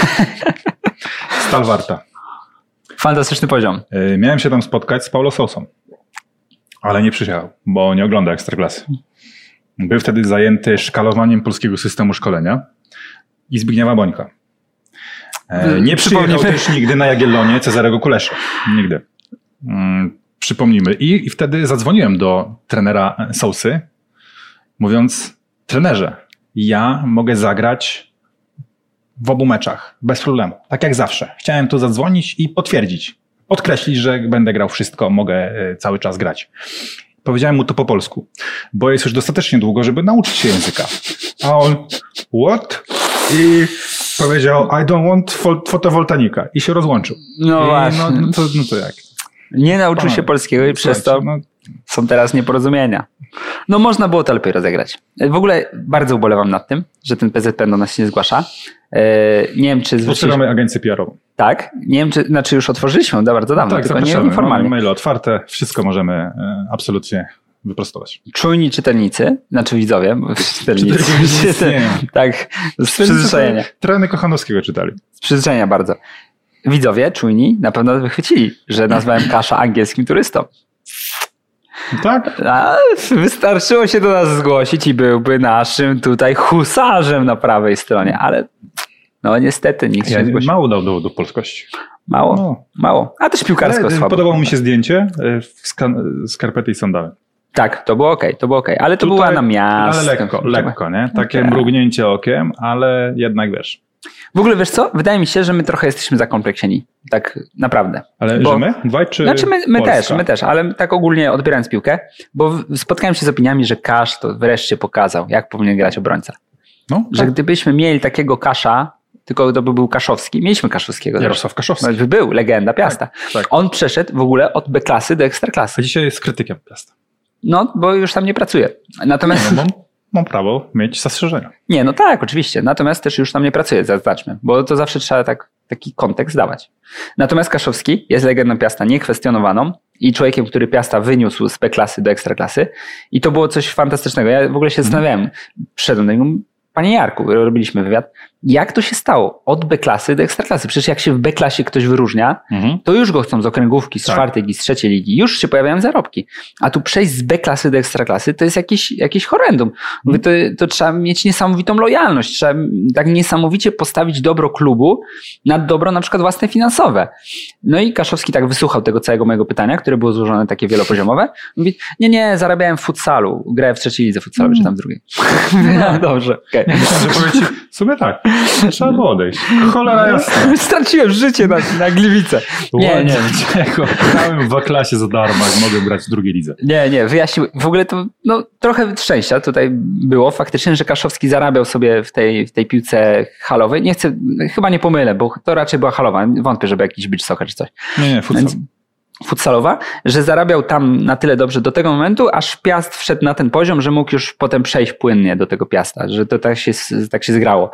Stal Warta. Fantastyczny poziom. Yy, Miałem się tam spotkać z Paulo Sousą. Ale nie przyjechał, bo nie ogląda Ekstraklasy. Był wtedy zajęty szkalowaniem polskiego systemu szkolenia i Zbigniewa Bońka. E, nie przypomnij też nigdy na Jagiellonie Cezarego Kulesza. Nigdy. Mm, przypomnijmy. I, I wtedy zadzwoniłem do trenera Sousy, mówiąc, trenerze, ja mogę zagrać w obu meczach, bez problemu. Tak jak zawsze. Chciałem tu zadzwonić i potwierdzić. Podkreślić, że będę grał wszystko, mogę e, cały czas grać. Powiedziałem mu to po polsku, bo jest już dostatecznie długo, żeby nauczyć się języka. A on, what? I powiedział, I don't want fo- fotowoltanika. I się rozłączył. No I, właśnie. no, no, to, no to jak? Nie nauczył się Panie, polskiego i przez to no, są teraz nieporozumienia. No można było to lepiej rozegrać. W ogóle bardzo ubolewam nad tym, że ten P Z P N do nas się nie zgłasza. Eee, nie wiem, czy zwróciliśmy... Otwieramy agencję P R ową. Tak? Nie wiem, czy... Znaczy już otworzyliśmy da bardzo dawno, Tak, tylko nie zapraszamy. nieformalnie. Mamy maile otwarte, wszystko możemy e, absolutnie wyprostować. Czujni czytelnicy, znaczy widzowie, bo czytelnicy, Czytelnicy, nie. tak, z przyzwyczajenia. Treny Kochanowskiego czytali. Z przyzwyczajenia bardzo. Widzowie, czujni, na pewno wychwycili, że nazwałem Kasza angielskim turystą. Tak? A wystarczyło się do nas zgłosić i byłby naszym tutaj husarzem na prawej stronie, ale no niestety nikt się Ja, nie zgłosił. mało dał dowodu polskości. Mało, No. mało. A też piłkarsko Ale słabo. podobało mi się zdjęcie e, w ska- skarpety i sandały. Tak, to było okej, to było okej, ale to Tutaj- była na miasto. Ale lekko, lekko, nie? Takie Tak. mrugnięcie okiem, ale jednak wiesz. W ogóle wiesz co? Wydaje mi się, że my trochę jesteśmy zakompleksieni. Tak naprawdę. Ale Bo- że my? Dwaj czy Znaczy my, my Polska? też, my też, ale tak ogólnie odbierając piłkę, bo w- spotkałem się z opiniami, że Kasz to wreszcie pokazał, jak powinien grać obrońca. No, Że tak. gdybyśmy mieli takiego Kasza, tylko to by był Kaszowski, mieliśmy Kaszowskiego. Jarosław Kaszowski. No, był, legenda Piasta. tak. On przeszedł w ogóle od B-klasy do ekstraklasy. A dzisiaj jest krytykiem Piasta. No, bo już tam nie pracuje. Natomiast... No, mam, mam prawo mieć zastrzeżenia. Nie, no tak, oczywiście. Natomiast też już tam nie pracuje, zaznaczmy, bo to zawsze trzeba tak, taki kontekst dawać. Natomiast Kaszowski jest legendą Piasta niekwestionowaną i człowiekiem, który Piasta wyniósł z B-klasy do ekstraklasy i to było coś fantastycznego. Ja w ogóle się zastanawiałem, przyszedłem do niego, panie Jarku, robiliśmy wywiad, jak to się stało od B-klasy do ekstraklasy? Przecież jak się w B-klasie ktoś wyróżnia, Mhm. to już go chcą z okręgówki, z Tak. czwartej ligi, z trzeciej ligi, już się pojawiają zarobki. A tu przejść z B-klasy do ekstraklasy to jest jakieś, jakieś horrendum. Mówię, to, to trzeba mieć niesamowitą lojalność, trzeba tak niesamowicie postawić dobro klubu nad dobro na przykład własne finansowe. No i Kaszowski tak wysłuchał tego całego mojego pytania, które było złożone takie wielopoziomowe. Mówi, nie, nie, zarabiałem w futsalu, grałem w trzeciej lidze futsalowej, czy tam w drugiej. No dobrze, okej. Nie, myślałem, że powie ci, w sumie tak, trzeba było odejść. Cholera jasna. Straciłem życie na, na Gliwice. Nie, nie, czego? Grałem w A-klasie za darmo, jak mogę grać w drugiej lidze. Nie, nie, wyjaśnił. W ogóle to no, trochę szczęścia tutaj było faktycznie, że Kaszowski zarabiał sobie w tej, w tej piłce halowej. Nie chcę, chyba nie pomylę, bo to raczej była halowa. Wątpię, żeby jakiś beach soccer czy coś. Nie, nie, futsal. Więc futsalowa, że zarabiał tam na tyle dobrze do tego momentu, aż Piast wszedł na ten poziom, że mógł już potem przejść płynnie do tego Piasta, że to tak się, tak się zgrało.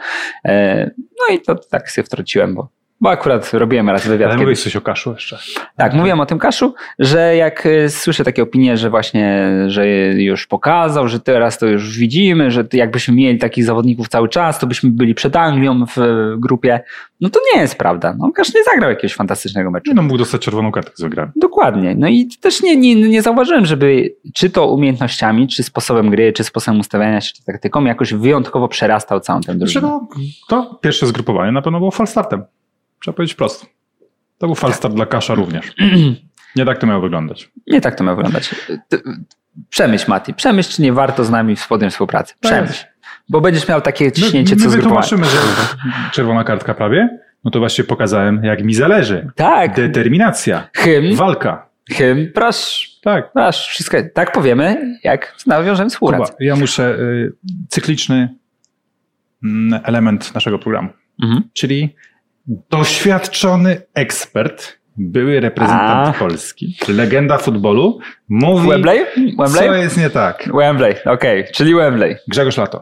No i to tak się wtrąciłem, bo, bo akurat robiłem raz wywiad. Ale kiedyś. mówisz coś o Kaszu jeszcze. Tak, mówiłem o tym Kaszu, że jak y, słyszę takie opinie, że właśnie, że już pokazał, że teraz to już widzimy, że jakbyśmy mieli takich zawodników cały czas, to byśmy byli przed Anglią w y, grupie. No to nie jest prawda. No, Kasz nie zagrał jakiegoś fantastycznego meczu. No, mógł dostać czerwoną kartkę za grę. Dokładnie. No i też nie, nie, nie zauważyłem, żeby czy to umiejętnościami, czy sposobem gry, czy sposobem ustawiania się, czy taktyką jakoś wyjątkowo przerastał całą tę Znaczy, drużynę. no, to pierwsze zgrupowanie na pewno było falstartem. Trzeba powiedzieć prosto. To był falstart dla Kasza również. Nie tak to miało wyglądać. Nie tak to miało wyglądać. Przemyśl, Mati. Przemyśl, czy nie warto z nami wspólnej współpracy. Przemyśl. Bo będziesz miał takie ciśnięcie, my, co my zgrupować. My wytłumaczymy, że czerwona kartka prawie. No to właśnie pokazałem, jak mi zależy. Tak. Determinacja. Hymn. Walka. Hymn. Proszę. Tak. Proszę. Wszystko. Tak powiemy, jak nawiążemy współpracę. Kuba, ja muszę y, cykliczny y, element naszego programu. Mhm. Czyli doświadczony ekspert, były reprezentant A. Polski, legenda futbolu, mówi, Wembley? Wembley? co jest nie tak. Wembley, okej, okay. Czyli Wembley. Grzegorz Lato.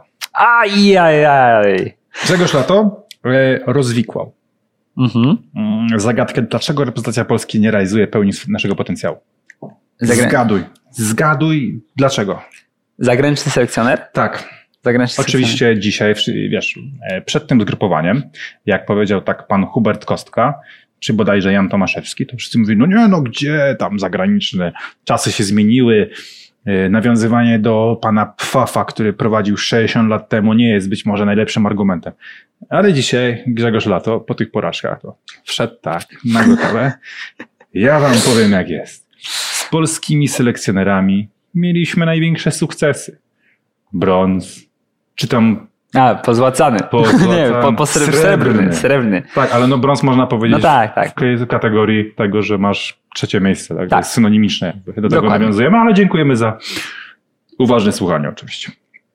Ajajaj. Grzegorz Lato e, rozwikłał mhm. zagadkę, dlaczego reprezentacja Polski nie realizuje pełni naszego potencjału. Zagra... Zgaduj. Zgaduj, dlaczego. Zagraniczny selekcjoner? Tak. Zagraniczny Oczywiście selekcjoner. Dzisiaj, wiesz, przed tym zgrupowaniem, jak powiedział tak pan Hubert Kostka, czy bodajże Jan Tomaszewski, to wszyscy mówili, no nie, no gdzie tam zagraniczne, czasy się zmieniły, nawiązywanie do pana Pfafa, który prowadził sześćdziesiąt lat temu, nie jest być może najlepszym argumentem. Ale dzisiaj Grzegorz Lato po tych porażkach to wszedł tak, na gotowe. Ja wam powiem jak jest. Z polskimi selekcjonerami mieliśmy największe sukcesy. Brąz, czy tam A, pozłacany. pozłacany. Nie, po, po srebrny. Srebrny. Srebrny. Tak, ale no brąz można powiedzieć no tak, tak. w kategorii tego, że masz trzecie miejsce. Tak? Tak. To jest synonimiczne. Jakby. Do Dokładnie. tego nawiązujemy, ale dziękujemy za uważne słuchanie oczywiście.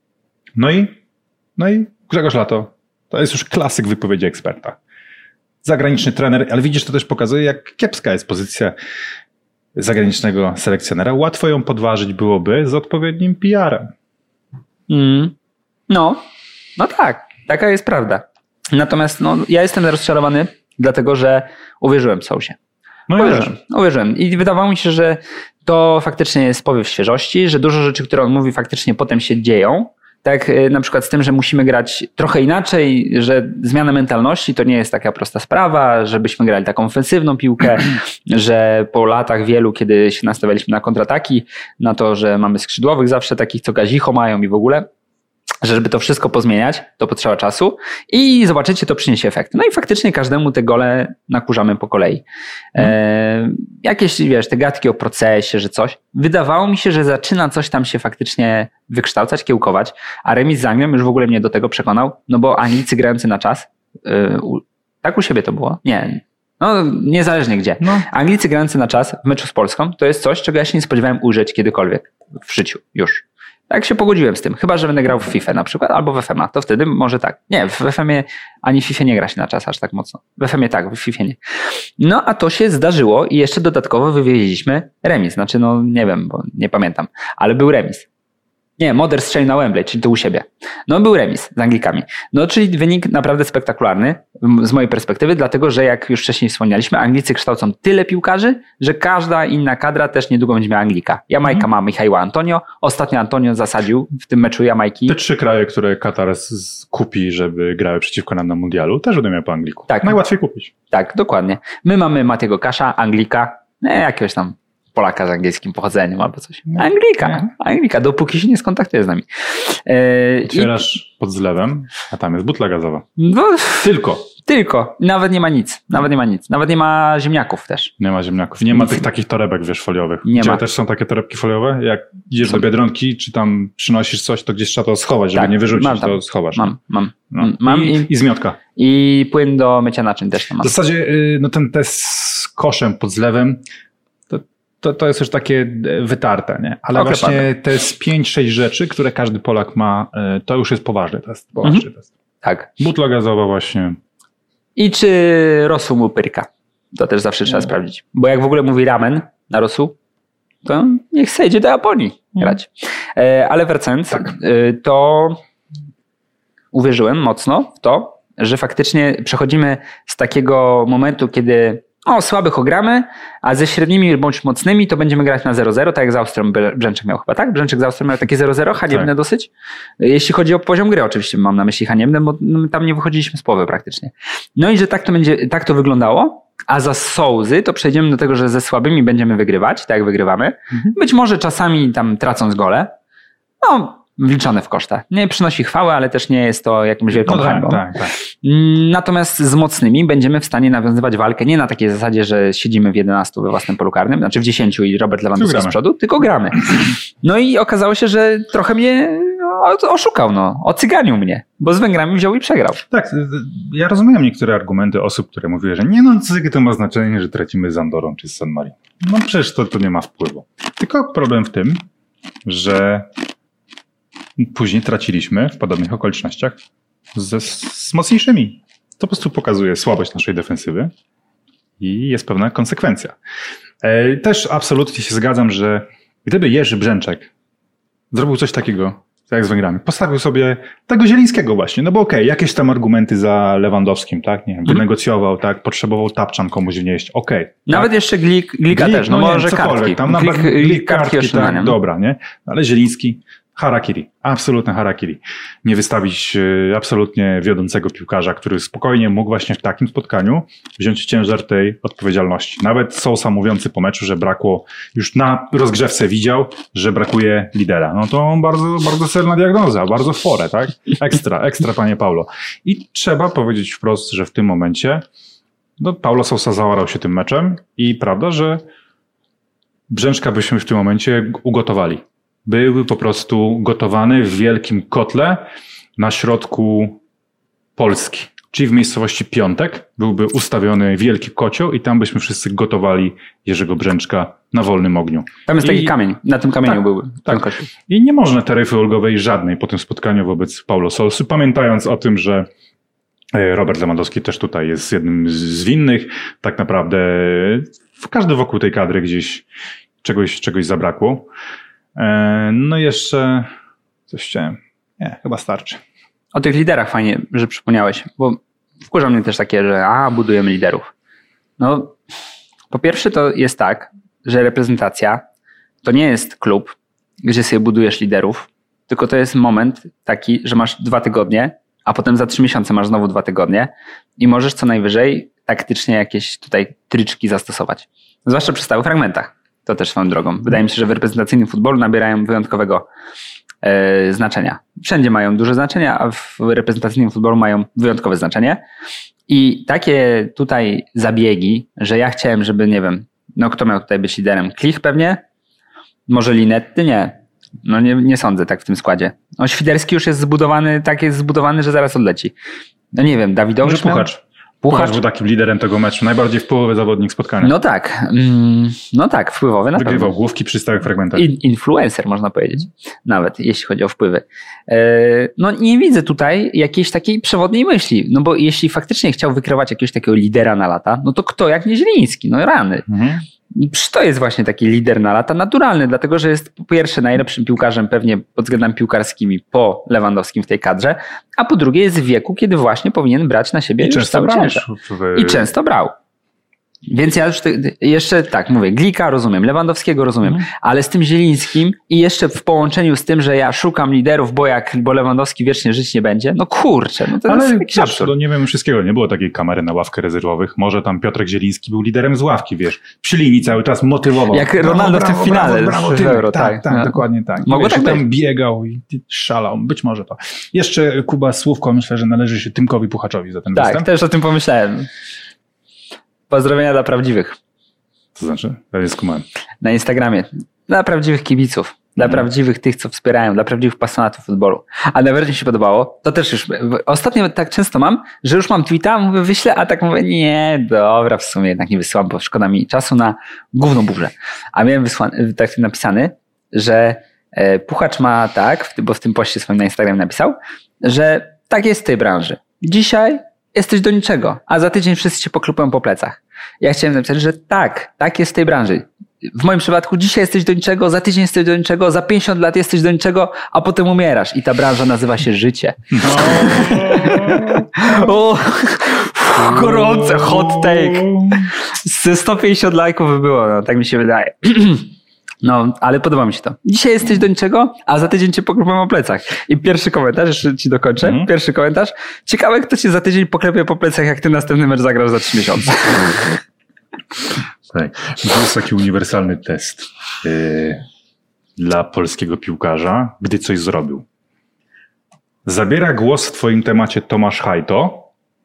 No i, no i Grzegorz Lato to jest już klasyk wypowiedzi eksperta. Zagraniczny trener, ale widzisz, to też pokazuje, jak kiepska jest pozycja zagranicznego selekcjonera. Łatwo ją podważyć byłoby z odpowiednim P R-em. Mm. No, no tak, taka jest prawda. Natomiast no, ja jestem rozczarowany, dlatego że uwierzyłem w Sousie. No uwierzyłem, uwierzyłem. I wydawało mi się, że to faktycznie jest powiew świeżości, że dużo rzeczy, które on mówi, faktycznie potem się dzieją. Tak na przykład z tym, że musimy grać trochę inaczej, że zmiana mentalności to nie jest taka prosta sprawa, żebyśmy grali taką ofensywną piłkę, że po latach wielu, kiedy się nastawialiśmy na kontrataki, na to, że mamy skrzydłowych zawsze takich, co Gazicho mają i w ogóle, że żeby to wszystko pozmieniać, to potrzeba czasu i zobaczycie, to przyniesie efekt. No i faktycznie każdemu te gole nakurzamy po kolei. E, jakieś, wiesz, te gadki o procesie, że coś. Wydawało mi się, że zaczyna coś tam się faktycznie wykształcać, kiełkować, a remis z Anglią już w ogóle mnie do tego przekonał, no bo Anglicy grający na czas, e, u, tak u siebie to było? Nie, no niezależnie gdzie. No. Anglicy grający na czas w meczu z Polską to jest coś, czego ja się nie spodziewałem ujrzeć kiedykolwiek w życiu już. Tak się pogodziłem z tym. Chyba że będę grał w FIFA na przykład, albo w F M a, to wtedy może tak. Nie, w F M ie ani w FIFA nie gra się na czas aż tak mocno. W F M ie tak, w FIFA nie. No a to się zdarzyło i jeszcze dodatkowo wywieźliśmy remis. Znaczy no nie wiem, bo nie pamiętam, ale był remis. Nie, Moder strzelił na Wembley, czyli to u siebie. No był remis z Anglikami. No czyli wynik naprawdę spektakularny z mojej perspektywy, dlatego że jak już wcześniej wspomnieliśmy, Anglicy kształcą tyle piłkarzy, że każda inna kadra też niedługo będzie miała Anglika. Jamajka mm. ma Michaiła Antonio, ostatnio Antonio zasadził w tym meczu Jamajki. Te trzy kraje, które Katar z- kupi, żeby grały przeciwko nam na mundialu, też będą miały po Angliku. Tak. Najłatwiej kupić. Tak, dokładnie. My mamy Matiego Kasza, Anglika, nie, jakiegoś tam Polaka z angielskim pochodzeniem albo coś. Anglika, Anglika, dopóki się nie skontaktuje z nami. E, Otwierasz i... pod zlewem, a tam jest butla gazowa. No, tylko. Tylko. Nawet nie ma nic. Nawet nie ma nic. Nawet nie ma ziemniaków też. Nie ma ziemniaków. Nie ma nic. Tych takich torebek, wiesz, foliowych. Nie Gdzie ma. Też są takie torebki foliowe? Jak idziesz są. do Biedronki, czy tam przynosisz coś, to gdzieś trzeba to schować, żeby tak, nie wyrzucić, mam to schowasz. Mam, mam. No. mam I, i, I zmiotka. I płyn do mycia naczyń też to mam. W zasadzie no ten test z koszem pod zlewem To, to jest już takie wytarte, nie? Ale Oklepane. Właśnie te z pięć sześć rzeczy, które każdy Polak ma, to już jest poważny test. Poważny mhm. test. Tak. Butla gazowa właśnie. I czy rosół mu pyrka? To też zawsze trzeba no. sprawdzić. Bo jak w ogóle mówi ramen na rosół, to niech se idzie do Japonii grać. E, ale wracając, tak. e, to uwierzyłem mocno w to, że faktycznie przechodzimy z takiego momentu, kiedy o, słabych ogramy, a ze średnimi bądź mocnymi to będziemy grać na zero zero, tak jak z Austrią Brzęczek miał chyba, tak? Brzęczek z Austrią miał takie zero zero, haniebne tak. dosyć. Jeśli chodzi o poziom gry, oczywiście mam na myśli haniebne, bo tam nie wychodziliśmy z połowy praktycznie. No i że tak to będzie, tak to wyglądało, a za Sołzy to przejdziemy do tego, że ze słabymi będziemy wygrywać, tak jak wygrywamy. Mhm. Być może czasami tam tracąc gole, no wliczone w koszta. Nie przynosi chwały, ale też nie jest to jakimś wielką no hańbą. Tak, tak, tak. Natomiast z mocnymi będziemy w stanie nawiązywać walkę nie na takiej zasadzie, że siedzimy w jedenastu we własnym polu karnym, znaczy w dziesięciu i Robert Lewandowski z przodu, tylko gramy. No i okazało się, że trochę mnie oszukał, no, ocyganił mnie, bo z Węgrami wziął i przegrał. Tak, ja rozumiem niektóre argumenty osób, które mówiły, że nie no, jakie to ma znaczenie, że tracimy z Andorą czy z San Marino. No przecież to, to nie ma wpływu. Tylko problem w tym, że później traciliśmy w podobnych okolicznościach ze, z mocniejszymi. To po prostu pokazuje słabość naszej defensywy i jest pewna konsekwencja. E, też absolutnie się zgadzam, że gdyby Jerzy Brzęczek zrobił coś takiego, jak z Węgrami, postawił sobie tego Zielińskiego właśnie, no bo okej, okay, jakieś tam argumenty za Lewandowskim, tak, nie wiem, wynegocjował, tak, potrzebował tapczan komuś wnieść, okej. Okay, Nawet tak. jeszcze Glik, Glika Glik, też, no, no może kartki. Tam na Glik, Glik, Glik kartki, kartki tak, nie? Dobra, nie? Ale Zieliński, harakiri, absolutne harakiri. Nie wystawić y, absolutnie wiodącego piłkarza, który spokojnie mógł właśnie w takim spotkaniu wziąć ciężar tej odpowiedzialności. Nawet Sousa mówiący po meczu, że brakło, już na rozgrzewce widział, że brakuje lidera. No to bardzo, bardzo celna diagnoza, bardzo w porę, tak? Ekstra, ekstra, panie Paulo. I trzeba powiedzieć wprost, że w tym momencie no, Paulo Sousa zaorał się tym meczem i prawda, że Brzęczka byśmy w tym momencie ugotowali. Były po prostu gotowane w wielkim kotle na środku Polski. Czyli w miejscowości Piątek byłby ustawiony wielki kocioł i tam byśmy wszyscy gotowali Jerzego Brzęczka na wolnym ogniu. Tam jest taki I, kamień, na tym kamieniu tak, byłby ten tak. kocioł. I nie można taryfy ulgowej żadnej po tym spotkaniu wobec Paulo Sousy, pamiętając o tym, że Robert Lewandowski też tutaj jest jednym z winnych. Tak naprawdę każdy wokół tej kadry gdzieś czegoś, czegoś zabrakło. No i jeszcze coś chciałem. Nie, chyba starczy. O tych liderach fajnie, że przypomniałeś, bo wkurza mnie też takie, że a, budujemy liderów. No, po pierwsze to jest tak, że reprezentacja to nie jest klub, gdzie sobie budujesz liderów, tylko to jest moment taki, że masz dwa tygodnie, a potem za trzy miesiące masz znowu dwa tygodnie i możesz co najwyżej taktycznie jakieś tutaj tryczki zastosować. Zwłaszcza przy stałych fragmentach. To też swoją drogą. Wydaje mi się, że w reprezentacyjnym futbolu nabierają wyjątkowego e, znaczenia. Wszędzie mają duże znaczenia, a w reprezentacyjnym futbolu mają wyjątkowe znaczenie. I takie tutaj zabiegi, że ja chciałem, żeby, nie wiem, no kto miał tutaj być liderem? Klich pewnie? Może Linetty? Nie. No nie, nie sądzę tak w tym składzie. No Świderski już jest zbudowany, tak jest zbudowany, że zaraz odleci. No nie wiem, Dawidowicz Może Puchacz. Puchacz był takim liderem tego meczu, najbardziej wpływowy zawodnik spotkania. No tak, no tak, wpływowy na pewno. Wygrywał główki przy stałych fragmentach. In, influencer można powiedzieć, nawet jeśli chodzi o wpływy. No nie widzę tutaj jakiejś takiej przewodniej myśli, no bo jeśli faktycznie chciał wykrywać jakiegoś takiego lidera na lata, no to kto jak nie Zieliński, no rany. Mhm. To jest właśnie taki lider na lata naturalny, dlatego że jest po pierwsze najlepszym piłkarzem pewnie pod względami piłkarskimi po Lewandowskim w tej kadrze, a po drugie jest w wieku, kiedy właśnie powinien brać na siebie I już często cały ciężar. W... I często brał. Więc ja już te, jeszcze tak mówię, Glika rozumiem, Lewandowskiego rozumiem, mm. ale z tym Zielińskim i jeszcze w połączeniu z tym, że ja szukam liderów, bo jak bo Lewandowski wiecznie żyć nie będzie, no kurczę, no to ale jest jakiś absurd. No nie wiem wszystkiego, nie było takiej kamery na ławkę rezerwowych, może tam Piotrek Zieliński był liderem z ławki, wiesz, przy linii cały czas motywował. Jak Ronaldo brawo, w tym finale. Brawo, brawo, brawo, tak, tak, tak no. dokładnie tak. Mogło wiesz, tak tam być. biegał i szalał, być może to. Jeszcze Kuba słówko, myślę, że należy się Tymkowi Puchaczowi za ten tak, występ. Tak, też o tym pomyślałem. Pozdrowienia dla prawdziwych. To znaczy? Ja nie skumałem. Na Instagramie. Dla prawdziwych kibiców. Dla hmm. prawdziwych tych, co wspierają. Dla prawdziwych pasjonatów futbolu. A najbardziej mi się podobało, to też już ostatnio tak często mam, że już mam tweeta, mówię wyślę, a tak mówię nie, dobra, w sumie jednak nie wysyłam, bo szkoda mi czasu na gówno burzę. A miałem wysłany, tak napisany, że Puchacz ma tak, bo w tym poście swoim na Instagramie napisał, że tak jest w tej branży. Dzisiaj jesteś do niczego, a za tydzień wszyscy cię poklepują po plecach. Ja chciałem napisać, że tak, tak jest w tej branży. W moim przypadku dzisiaj jesteś do niczego, za tydzień jesteś do niczego, za pięćdziesiąt lat jesteś do niczego, a potem umierasz. I ta branża nazywa się życie. No. o, gorące, hot take. Ze sto pięćdziesiąt lajków by było, no, tak mi się wydaje. No, ale podoba mi się to. Dzisiaj jesteś do niczego, a za tydzień cię poklepią po plecach. I pierwszy komentarz, jeszcze ci dokończę. Mm. Pierwszy komentarz. Ciekawe, kto cię za tydzień poklepie po plecach, jak ty następny mecz zagrasz za trzy miesiące. Tak. To jest taki uniwersalny test yy, dla polskiego piłkarza, gdy coś zrobił. Zabiera głos w twoim temacie Tomasz Hajto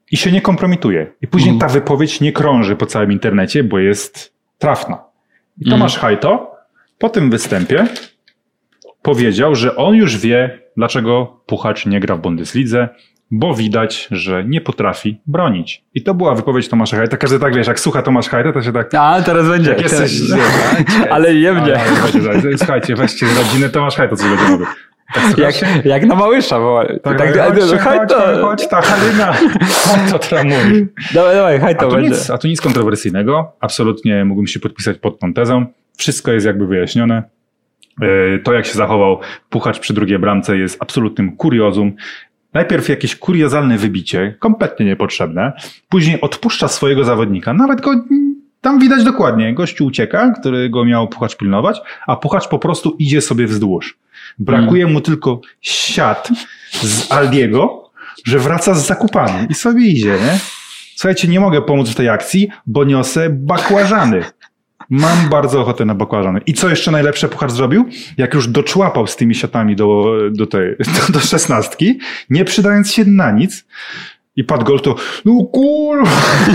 i się nie kompromituje. I później mm. ta wypowiedź nie krąży po całym internecie, bo jest trafna. I Tomasz mm. Hajto po tym występie powiedział, że on już wie, dlaczego Puchacz nie gra w Bundeslidze, bo widać, że nie potrafi bronić. I to była wypowiedź Tomasza Hajta. Każdy tak, wiesz, jak słucha Tomasz Hajta, to się tak... A, teraz będzie. Jak jesteś... Ale jemnie. Słuchajcie, weźcie z rodziny Tomasz Hajto, co będzie mówił. Tak, jak, jak na Małysza. Bo... Tak, tak, tak, chodź, chodź, chodź, chodź, ta Halina. Co to mówi? Dawaj, dawaj, Hajto a tu będzie. Nic, a tu nic kontrowersyjnego. Absolutnie mógłbym się podpisać pod tą tezą. Wszystko jest jakby wyjaśnione. To, jak się zachował Puchacz przy drugiej bramce, jest absolutnym kuriozum. Najpierw jakieś kuriozalne wybicie, kompletnie niepotrzebne. Później odpuszcza swojego zawodnika. Nawet go tam widać dokładnie. Gościu ucieka, którego miał Puchacz pilnować, a Puchacz po prostu idzie sobie wzdłuż. Brakuje mu tylko siat z Aldiego, że wraca z zakupami i sobie idzie, nie? Słuchajcie, nie mogę pomóc w tej akcji, bo niosę bakłażany. Mam bardzo ochotę na bakłażany. I co jeszcze najlepsze Puchacz zrobił? Jak już doczłapał z tymi siatami do, do tej, do, do szesnastki, nie przydając się na nic, i Pat Gol to, no kurwa.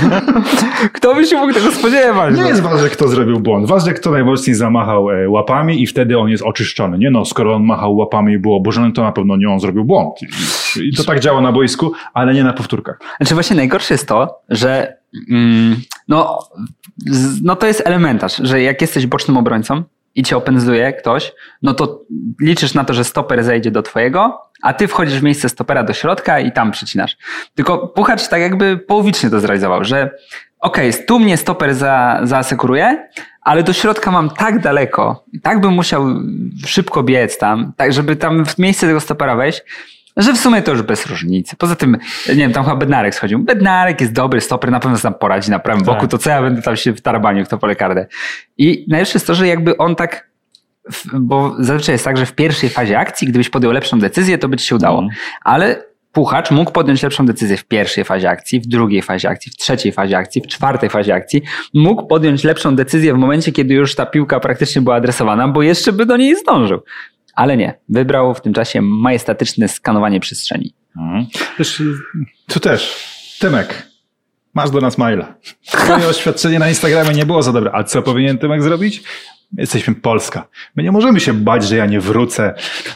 Kto by się mógł tego spodziewać? Nie no. Jest ważne, kto zrobił błąd. Ważne, kto najmocniej zamachał e, łapami i wtedy on jest oczyszczony. Nie no, skoro on machał łapami i było oburzony, to na pewno nie on zrobił błąd. I, i to tak działa na boisku, ale nie na powtórkach. Znaczy właśnie najgorsze jest to, że mm, no, z, no to jest elementarz, że jak jesteś bocznym obrońcą i cię opędzuje ktoś, no to liczysz na to, że stoper zejdzie do twojego, a ty wchodzisz w miejsce stopera do środka i tam przycinasz. Tylko Puchacz tak jakby połowicznie to zrealizował, że okej, okay, tu mnie stoper za, zaasekuruje, ale do środka mam tak daleko, tak bym musiał szybko biec tam, tak żeby tam w miejsce tego stopera wejść, że w sumie to już bez różnicy. Poza tym, nie wiem, tam chyba Bednarek schodził. Bednarek jest dobry, stoper na pewno sam poradzi na prawym boku, to co ja będę tam się w tarabaniu, kto pole kardę. I najlepsze jest to, że jakby on tak, bo zazwyczaj jest tak, że w pierwszej fazie akcji, gdybyś podjął lepszą decyzję, to by ci się udało. Mm. Ale Puchacz mógł podjąć lepszą decyzję w pierwszej fazie akcji, w drugiej fazie akcji, w trzeciej fazie akcji, w czwartej fazie akcji. Mógł podjąć lepszą decyzję w momencie, kiedy już ta piłka praktycznie była adresowana, bo jeszcze by do niej zdążył. Ale nie. Wybrał w tym czasie majestatyczne skanowanie przestrzeni. Mhm. Wiesz, tu też. Tymek, masz do nas maila. Twoje oświadczenie na Instagramie nie było za dobre. A co powinien Tymek zrobić? My jesteśmy Polska. My nie możemy się bać, że ja nie wrócę.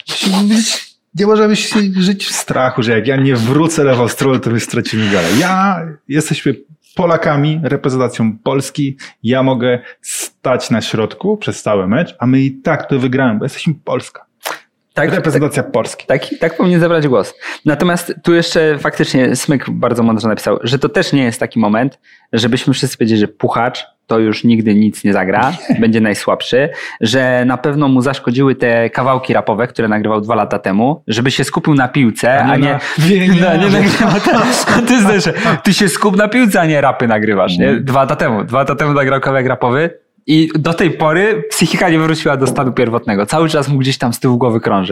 Nie możemy się żyć w strachu, że jak ja nie wrócę lewą stroną, to my stracimy galę. Ja, jesteśmy Polakami, reprezentacją Polski. Ja mogę stać na środku przez cały mecz, a my i tak to wygramy, bo jesteśmy Polska. Tak, reprezentacja tak, Polski. Tak, tak powinien zabrać głos. Natomiast tu jeszcze faktycznie Smyk bardzo mądrze napisał, że to też nie jest taki moment, żebyśmy wszyscy powiedzieli, że Puchacz to już nigdy nic nie zagra, nie. Będzie najsłabszy, że na pewno mu zaszkodziły te kawałki rapowe, które nagrywał dwa lata temu, żeby się skupił na piłce, a nie... A nie, nie, nie, nie nagrywa. Ty, znaczy, ty się skup na piłce, a nie rapy nagrywasz. Nie? Dwa lata temu. Dwa lata temu nagrał kawałek rapowy. I do tej pory psychika nie wróciła do stanu pierwotnego. Cały czas mu gdzieś tam z tyłu głowy krąży.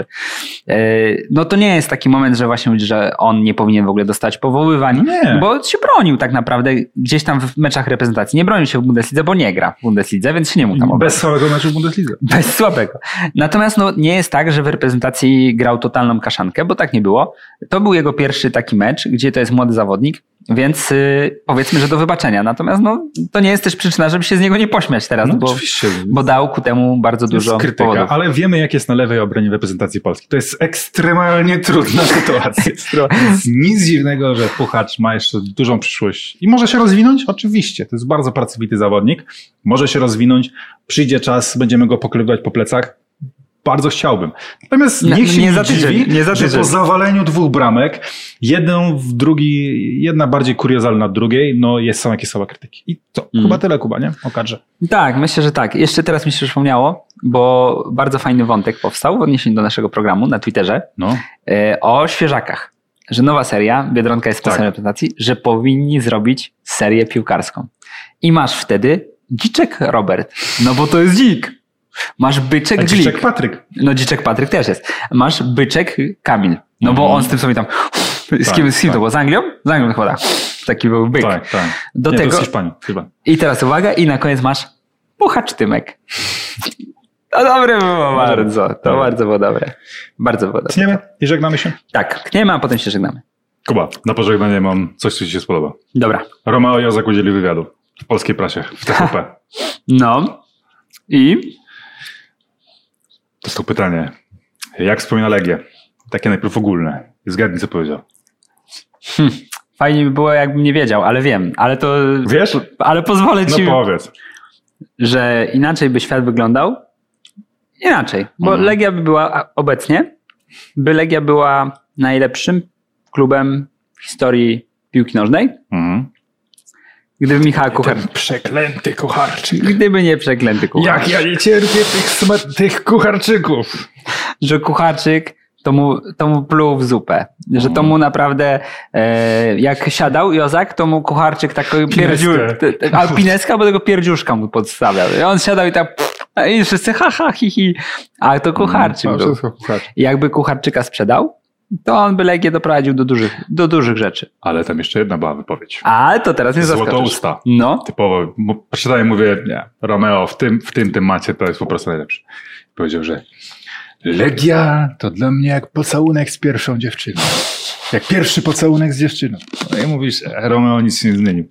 No to nie jest taki moment, że właśnie, że on nie powinien w ogóle dostać powoływań, nie. Bo się bronił tak naprawdę gdzieś tam w meczach reprezentacji. Nie bronił się w Bundeslidze, bo nie gra w Bundeslidze, więc się nie mógł tam obronić. Bez słabego meczu w Bundeslidze. Bez słabego. Natomiast no, nie jest tak, że w reprezentacji grał totalną kaszankę, bo tak nie było. To był jego pierwszy taki mecz, gdzie to jest młody zawodnik, więc yy, powiedzmy, że do wybaczenia. Natomiast no, to nie jest też przyczyna, żeby się z niego nie pośmiać teraz, no, bo, bo dał ku temu bardzo dużo jest krytyka, powodów. Ale wiemy, jak jest na lewej obronie reprezentacji Polski. To jest ekstremalnie trudna sytuacja. Nic dziwnego, że Puchacz ma jeszcze dużą przyszłość i może się rozwinąć? Oczywiście. To jest bardzo pracowity zawodnik. Może się rozwinąć. Przyjdzie czas, będziemy go pokrywać po plecach. Bardzo chciałbym. Natomiast niech nie, się nie, nie dziwi, nie że po zawaleniu dwóch bramek, jedną w drugi, jedna bardziej kuriozalna od drugiej, no jest, są jakieś słowa krytyki. I to mm. chyba tyle, Kuba, nie? O kadrze. Tak, myślę, że tak. Jeszcze teraz mi się przypomniało, bo bardzo fajny wątek powstał w odniesieniu do naszego programu na Twitterze no. o świeżakach. Że nowa seria, Biedronka jest sponsorem tak. reprezentacji, że powinni zrobić serię piłkarską. I masz wtedy Dziczek Robert. No bo to jest dzik. Masz Byczek Glik. Dziczek Patryk. No Dziczek Patryk też jest. Masz Byczek Kamil. No mm. bo on z tym sobie tam... Z tak, kim, z kim tak. to było? Z Anglią? Z Anglią chyba tak. Taki był byk. Tak, tak. Do Nie, tego... to z Hiszpanii chyba. I teraz uwaga, i na koniec masz Puchacz Tymek. To dobre było bardzo. To tak. bardzo było dobre. Bardzo było dobre. Kniemy i żegnamy się? Tak, kniemy, a potem się żegnamy. Kuba, na pożegnanie mam coś, co ci się spodoba. Dobra. Romeo Jozak udzielił wywiadu w polskiej prasie, w T V P. No. I? To jest to pytanie. Jak wspomina Legię? Takie najpierw ogólne. Zgadnij, co powiedział. Hm. Fajnie by było, jakbym nie wiedział, ale wiem. Ale to... Wiesz? Ale pozwolę ci... No powiedz. Że inaczej by świat wyglądał? Inaczej. Bo Mhm. Legia by była obecnie, by Legia była najlepszym klubem w historii piłki nożnej, Mhm. gdyby Michał Kuchar... Ten przeklęty kucharczyk. Gdyby nie przeklęty Kucharczyk. Jak ja nie cierpię tych, sma- tych kucharczyków. Że Kucharczyk to mu, to mu pluł w zupę. Że to mu naprawdę e, jak siadał Jozak, to mu Kucharczyk taką pierdziuszkę. A Pineska, bo tego pierdziuszka mu podstawiał. I on siadał i tak i wszyscy ha ha hi hi. A to Kucharczyk No, był. wszystko kucharczyk. I jakby Kucharczyka sprzedał, to on by Legię doprowadził do dużych, do dużych rzeczy. Ale tam jeszcze jedna była wypowiedź. Ale to teraz nie zaskoczysz. Złotousta. No. Typowo. Przeczytałem i mówię, nie, Romeo w tym, w tym temacie to jest po prostu najlepszy. Powiedział, że Legia to dla mnie jak pocałunek z pierwszą dziewczyną. Jak pierwszy pocałunek z dziewczyną. No i mówisz, Romeo nic nie zmienił.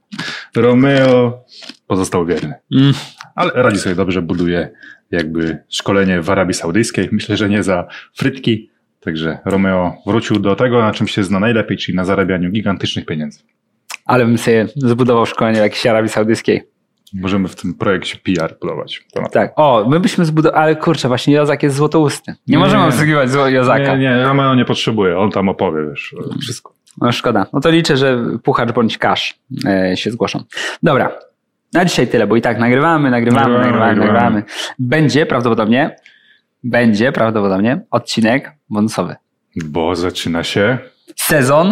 Romeo pozostał wierny. Mm. Ale radzi sobie dobrze, buduje jakby szkolenie w Arabii Saudyjskiej. Myślę, że nie za frytki. Także Romeo wrócił do tego, na czym się zna najlepiej, czyli na zarabianiu gigantycznych pieniędzy. Ale bym sobie zbudował szkolenie w jakiejś Arabii Saudyjskiej. Możemy w tym projekcie P R budować. To na Tak. O, my byśmy zbudowali, ale kurczę, właśnie Jozak jest złotousty. Nie, Nie, możemy nie. obsługiwać zło- Jozaka. Nie, nie, Romeo nie potrzebuje. On tam opowie, wiesz, wszystko. No szkoda. No to liczę, że Puchacz bądź Kasz e, się zgłoszą. Dobra. Na dzisiaj tyle, bo i tak nagrywamy, nagrywamy, Nagrywamy, nagrywamy, nagrywamy. nagrywamy. Będzie prawdopodobnie, będzie prawdopodobnie odcinek bonusowy. Bo zaczyna się Sezon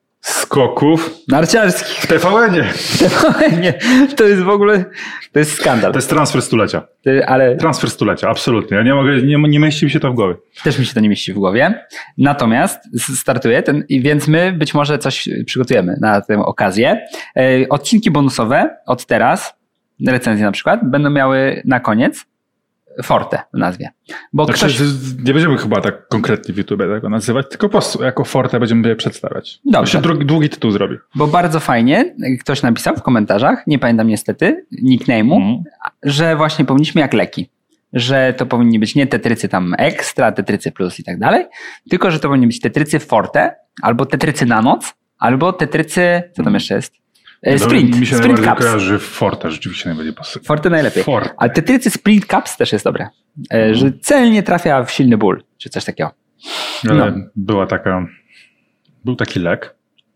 skoków narciarski. w T V N-ie. Nie, to jest w ogóle, to jest skandal. To jest transfer stulecia. Ty- Ale Transfer stulecia, absolutnie. Ja nie mogę, nie, nie mieści mi się to w głowie. też mi się to nie mieści w głowie. Natomiast s- startuje ten, i więc my być może coś przygotujemy na tę okazję. E, Odcinki bonusowe od teraz, recenzje na przykład, będą miały na koniec Forte w nazwie. Bo Znaczy, ktoś... nie będziemy chyba tak konkretnie w YouTube tego nazywać, tylko po prostu jako Forte będziemy je przedstawiać. Dobrze. To się długi, długi tytuł zrobi. Bo bardzo fajnie, ktoś napisał w komentarzach, nie pamiętam niestety, nickname'u, Mhm. że właśnie powinniśmy jak leki. Że to powinni być nie tetrycy tam ekstra, tetrycy plus i tak dalej, tylko że to powinni być tetrycy forte, albo tetrycy na noc, albo tetrycy, co tam jeszcze jest? E, Sprint, Mi się sprint najbardziej caps. kojarzy Forte, rzeczywiście najbardziej pasuje. Forte najlepiej. Forte. Ale tetrycy sprint caps też jest dobre. E, Że celnie trafia w silny ból, czy coś takiego. Ale No. była taka, był taki lek,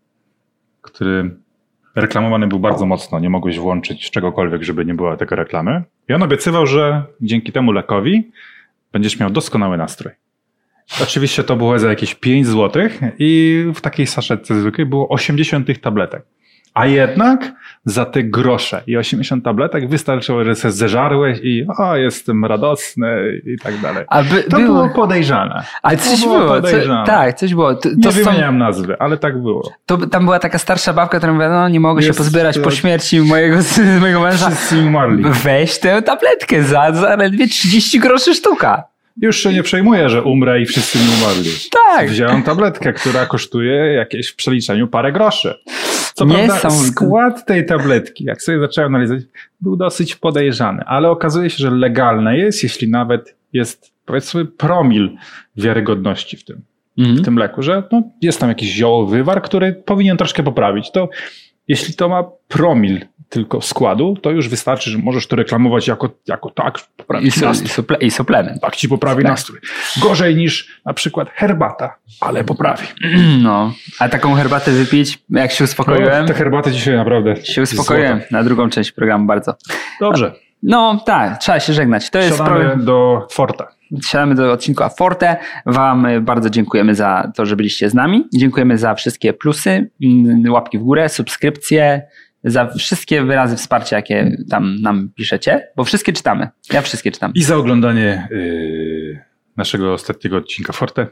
który reklamowany był bardzo mocno. Nie mogłeś włączyć czegokolwiek, żeby nie było tego reklamy. I on obiecywał, że dzięki temu lekowi będziesz miał doskonały nastrój. Oczywiście to było za jakieś pięć złotych i w takiej saszetce zwykłej było osiemdziesiąt tych tabletek. A jednak za te grosze i osiemdziesiąt tabletek wystarczyło, że se zeżarłeś i o, jestem radosny i tak dalej. A by, To było, było podejrzane. ale coś to było było. Co, podejrzane. tak, coś było. To, Nie to są, wymieniam nazwy, ale tak było. to, tam była taka starsza babka, która mówiła, no nie mogę się Jest, pozbierać po to- śmierci mojego, mojego męża. Wszyscy umarli. Weź tę tabletkę za zaledwie trzydzieści groszy sztuka. Już się nie przejmuję, że umrę i wszyscy mi umarli. Tak. Wziąłem tabletkę, która kosztuje jakieś w przeliczeniu parę groszy. Co Nie prawda są- skład tej tabletki, jak sobie zacząłem analizować, był dosyć podejrzany, ale okazuje się, że legalne jest, jeśli nawet jest, powiedzmy, promil wiarygodności w tym, Mhm. w tym leku, że no, jest tam jakiś ziołowy wywar, który powinien troszkę poprawić. To jeśli to ma promil tylko składu, to już wystarczy, że możesz to reklamować jako, jako tak, I, poprawić su, i, nastrój. suple, I suplement. Tak ci poprawi Tak. nastrój. Gorzej niż na przykład herbata, ale poprawi. No, a taką herbatę wypić, jak się uspokoiłem, No, te herbaty dzisiaj naprawdę się uspokoiłem złote. na drugą część programu bardzo. Dobrze. No tak, trzeba się żegnać. To jest Siadamy problem. do Forte. Siadamy do odcinku Forte. Wam bardzo dziękujemy za to, że byliście z nami. Dziękujemy za wszystkie plusy, mm, łapki w górę, subskrypcje, za wszystkie wyrazy wsparcia, jakie tam nam piszecie, bo wszystkie czytamy. Ja wszystkie czytam. I za oglądanie yy, naszego ostatniego odcinka Forte.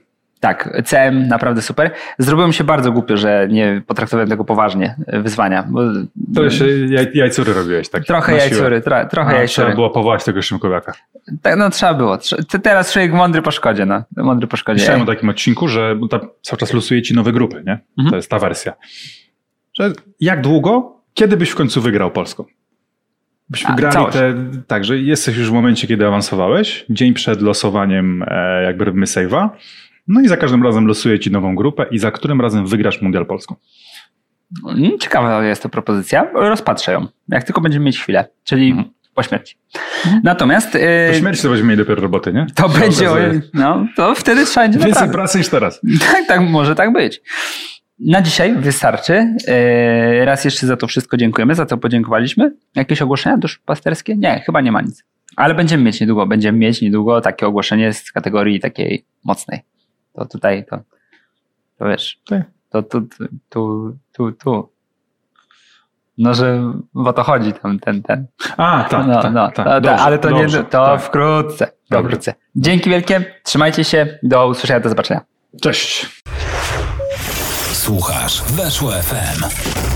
Tak, C M naprawdę super. Zrobiło się bardzo głupio, że nie potraktowałem tego poważnie, wyzwania. Bo... To jeszcze jaj, jajcury robiłeś, tak? Trochę jajcury, tro, trochę A, jajcury. Trzeba było powołać tego Szymkowiaka. Tak, no trzeba było. Teraz człowiek mądry po szkodzie, no. Mądry po szkodzie. Myślałem o takim odcinku, że tam cały czas losuje ci nowe grupy, nie? Mhm. To jest ta wersja. Że jak długo, kiedy byś w końcu wygrał Polską? Byś wygrali te, tak, że jesteś już w momencie, kiedy awansowałeś, dzień przed losowaniem e, jakby robimy save'a, no i za każdym razem losuje ci nową grupę i za którym razem wygrasz Mundial Polską. Ciekawa jest to propozycja, rozpatrzę ją, jak tylko będziemy mieć chwilę, czyli mhm. po śmierci. Mhm. Natomiast... Yy, po śmierci to będziemy mieli dopiero roboty, nie? To będzie, no to wtedy trzeba będzie więcej pracy niż teraz. Tak, tak, może tak być. Na dzisiaj wystarczy. Raz jeszcze za to wszystko dziękujemy, za co podziękowaliśmy. Jakieś ogłoszenia duszpasterskie? Nie, chyba nie ma nic. Ale będziemy mieć niedługo, będziemy mieć niedługo takie ogłoszenie z kategorii takiej mocnej. To tutaj, to, to wiesz, to tu, tu, tu, tu, tu. No, że o to chodzi tam ten, ten. A, tak, no, tak, no, tak. To, Dobrze, ale to dobrze, nie, to tak. wkrótce, to wkrótce. Dzięki wielkie, trzymajcie się, do usłyszenia, do zobaczenia. Cześć. Słuchasz Weszło F M.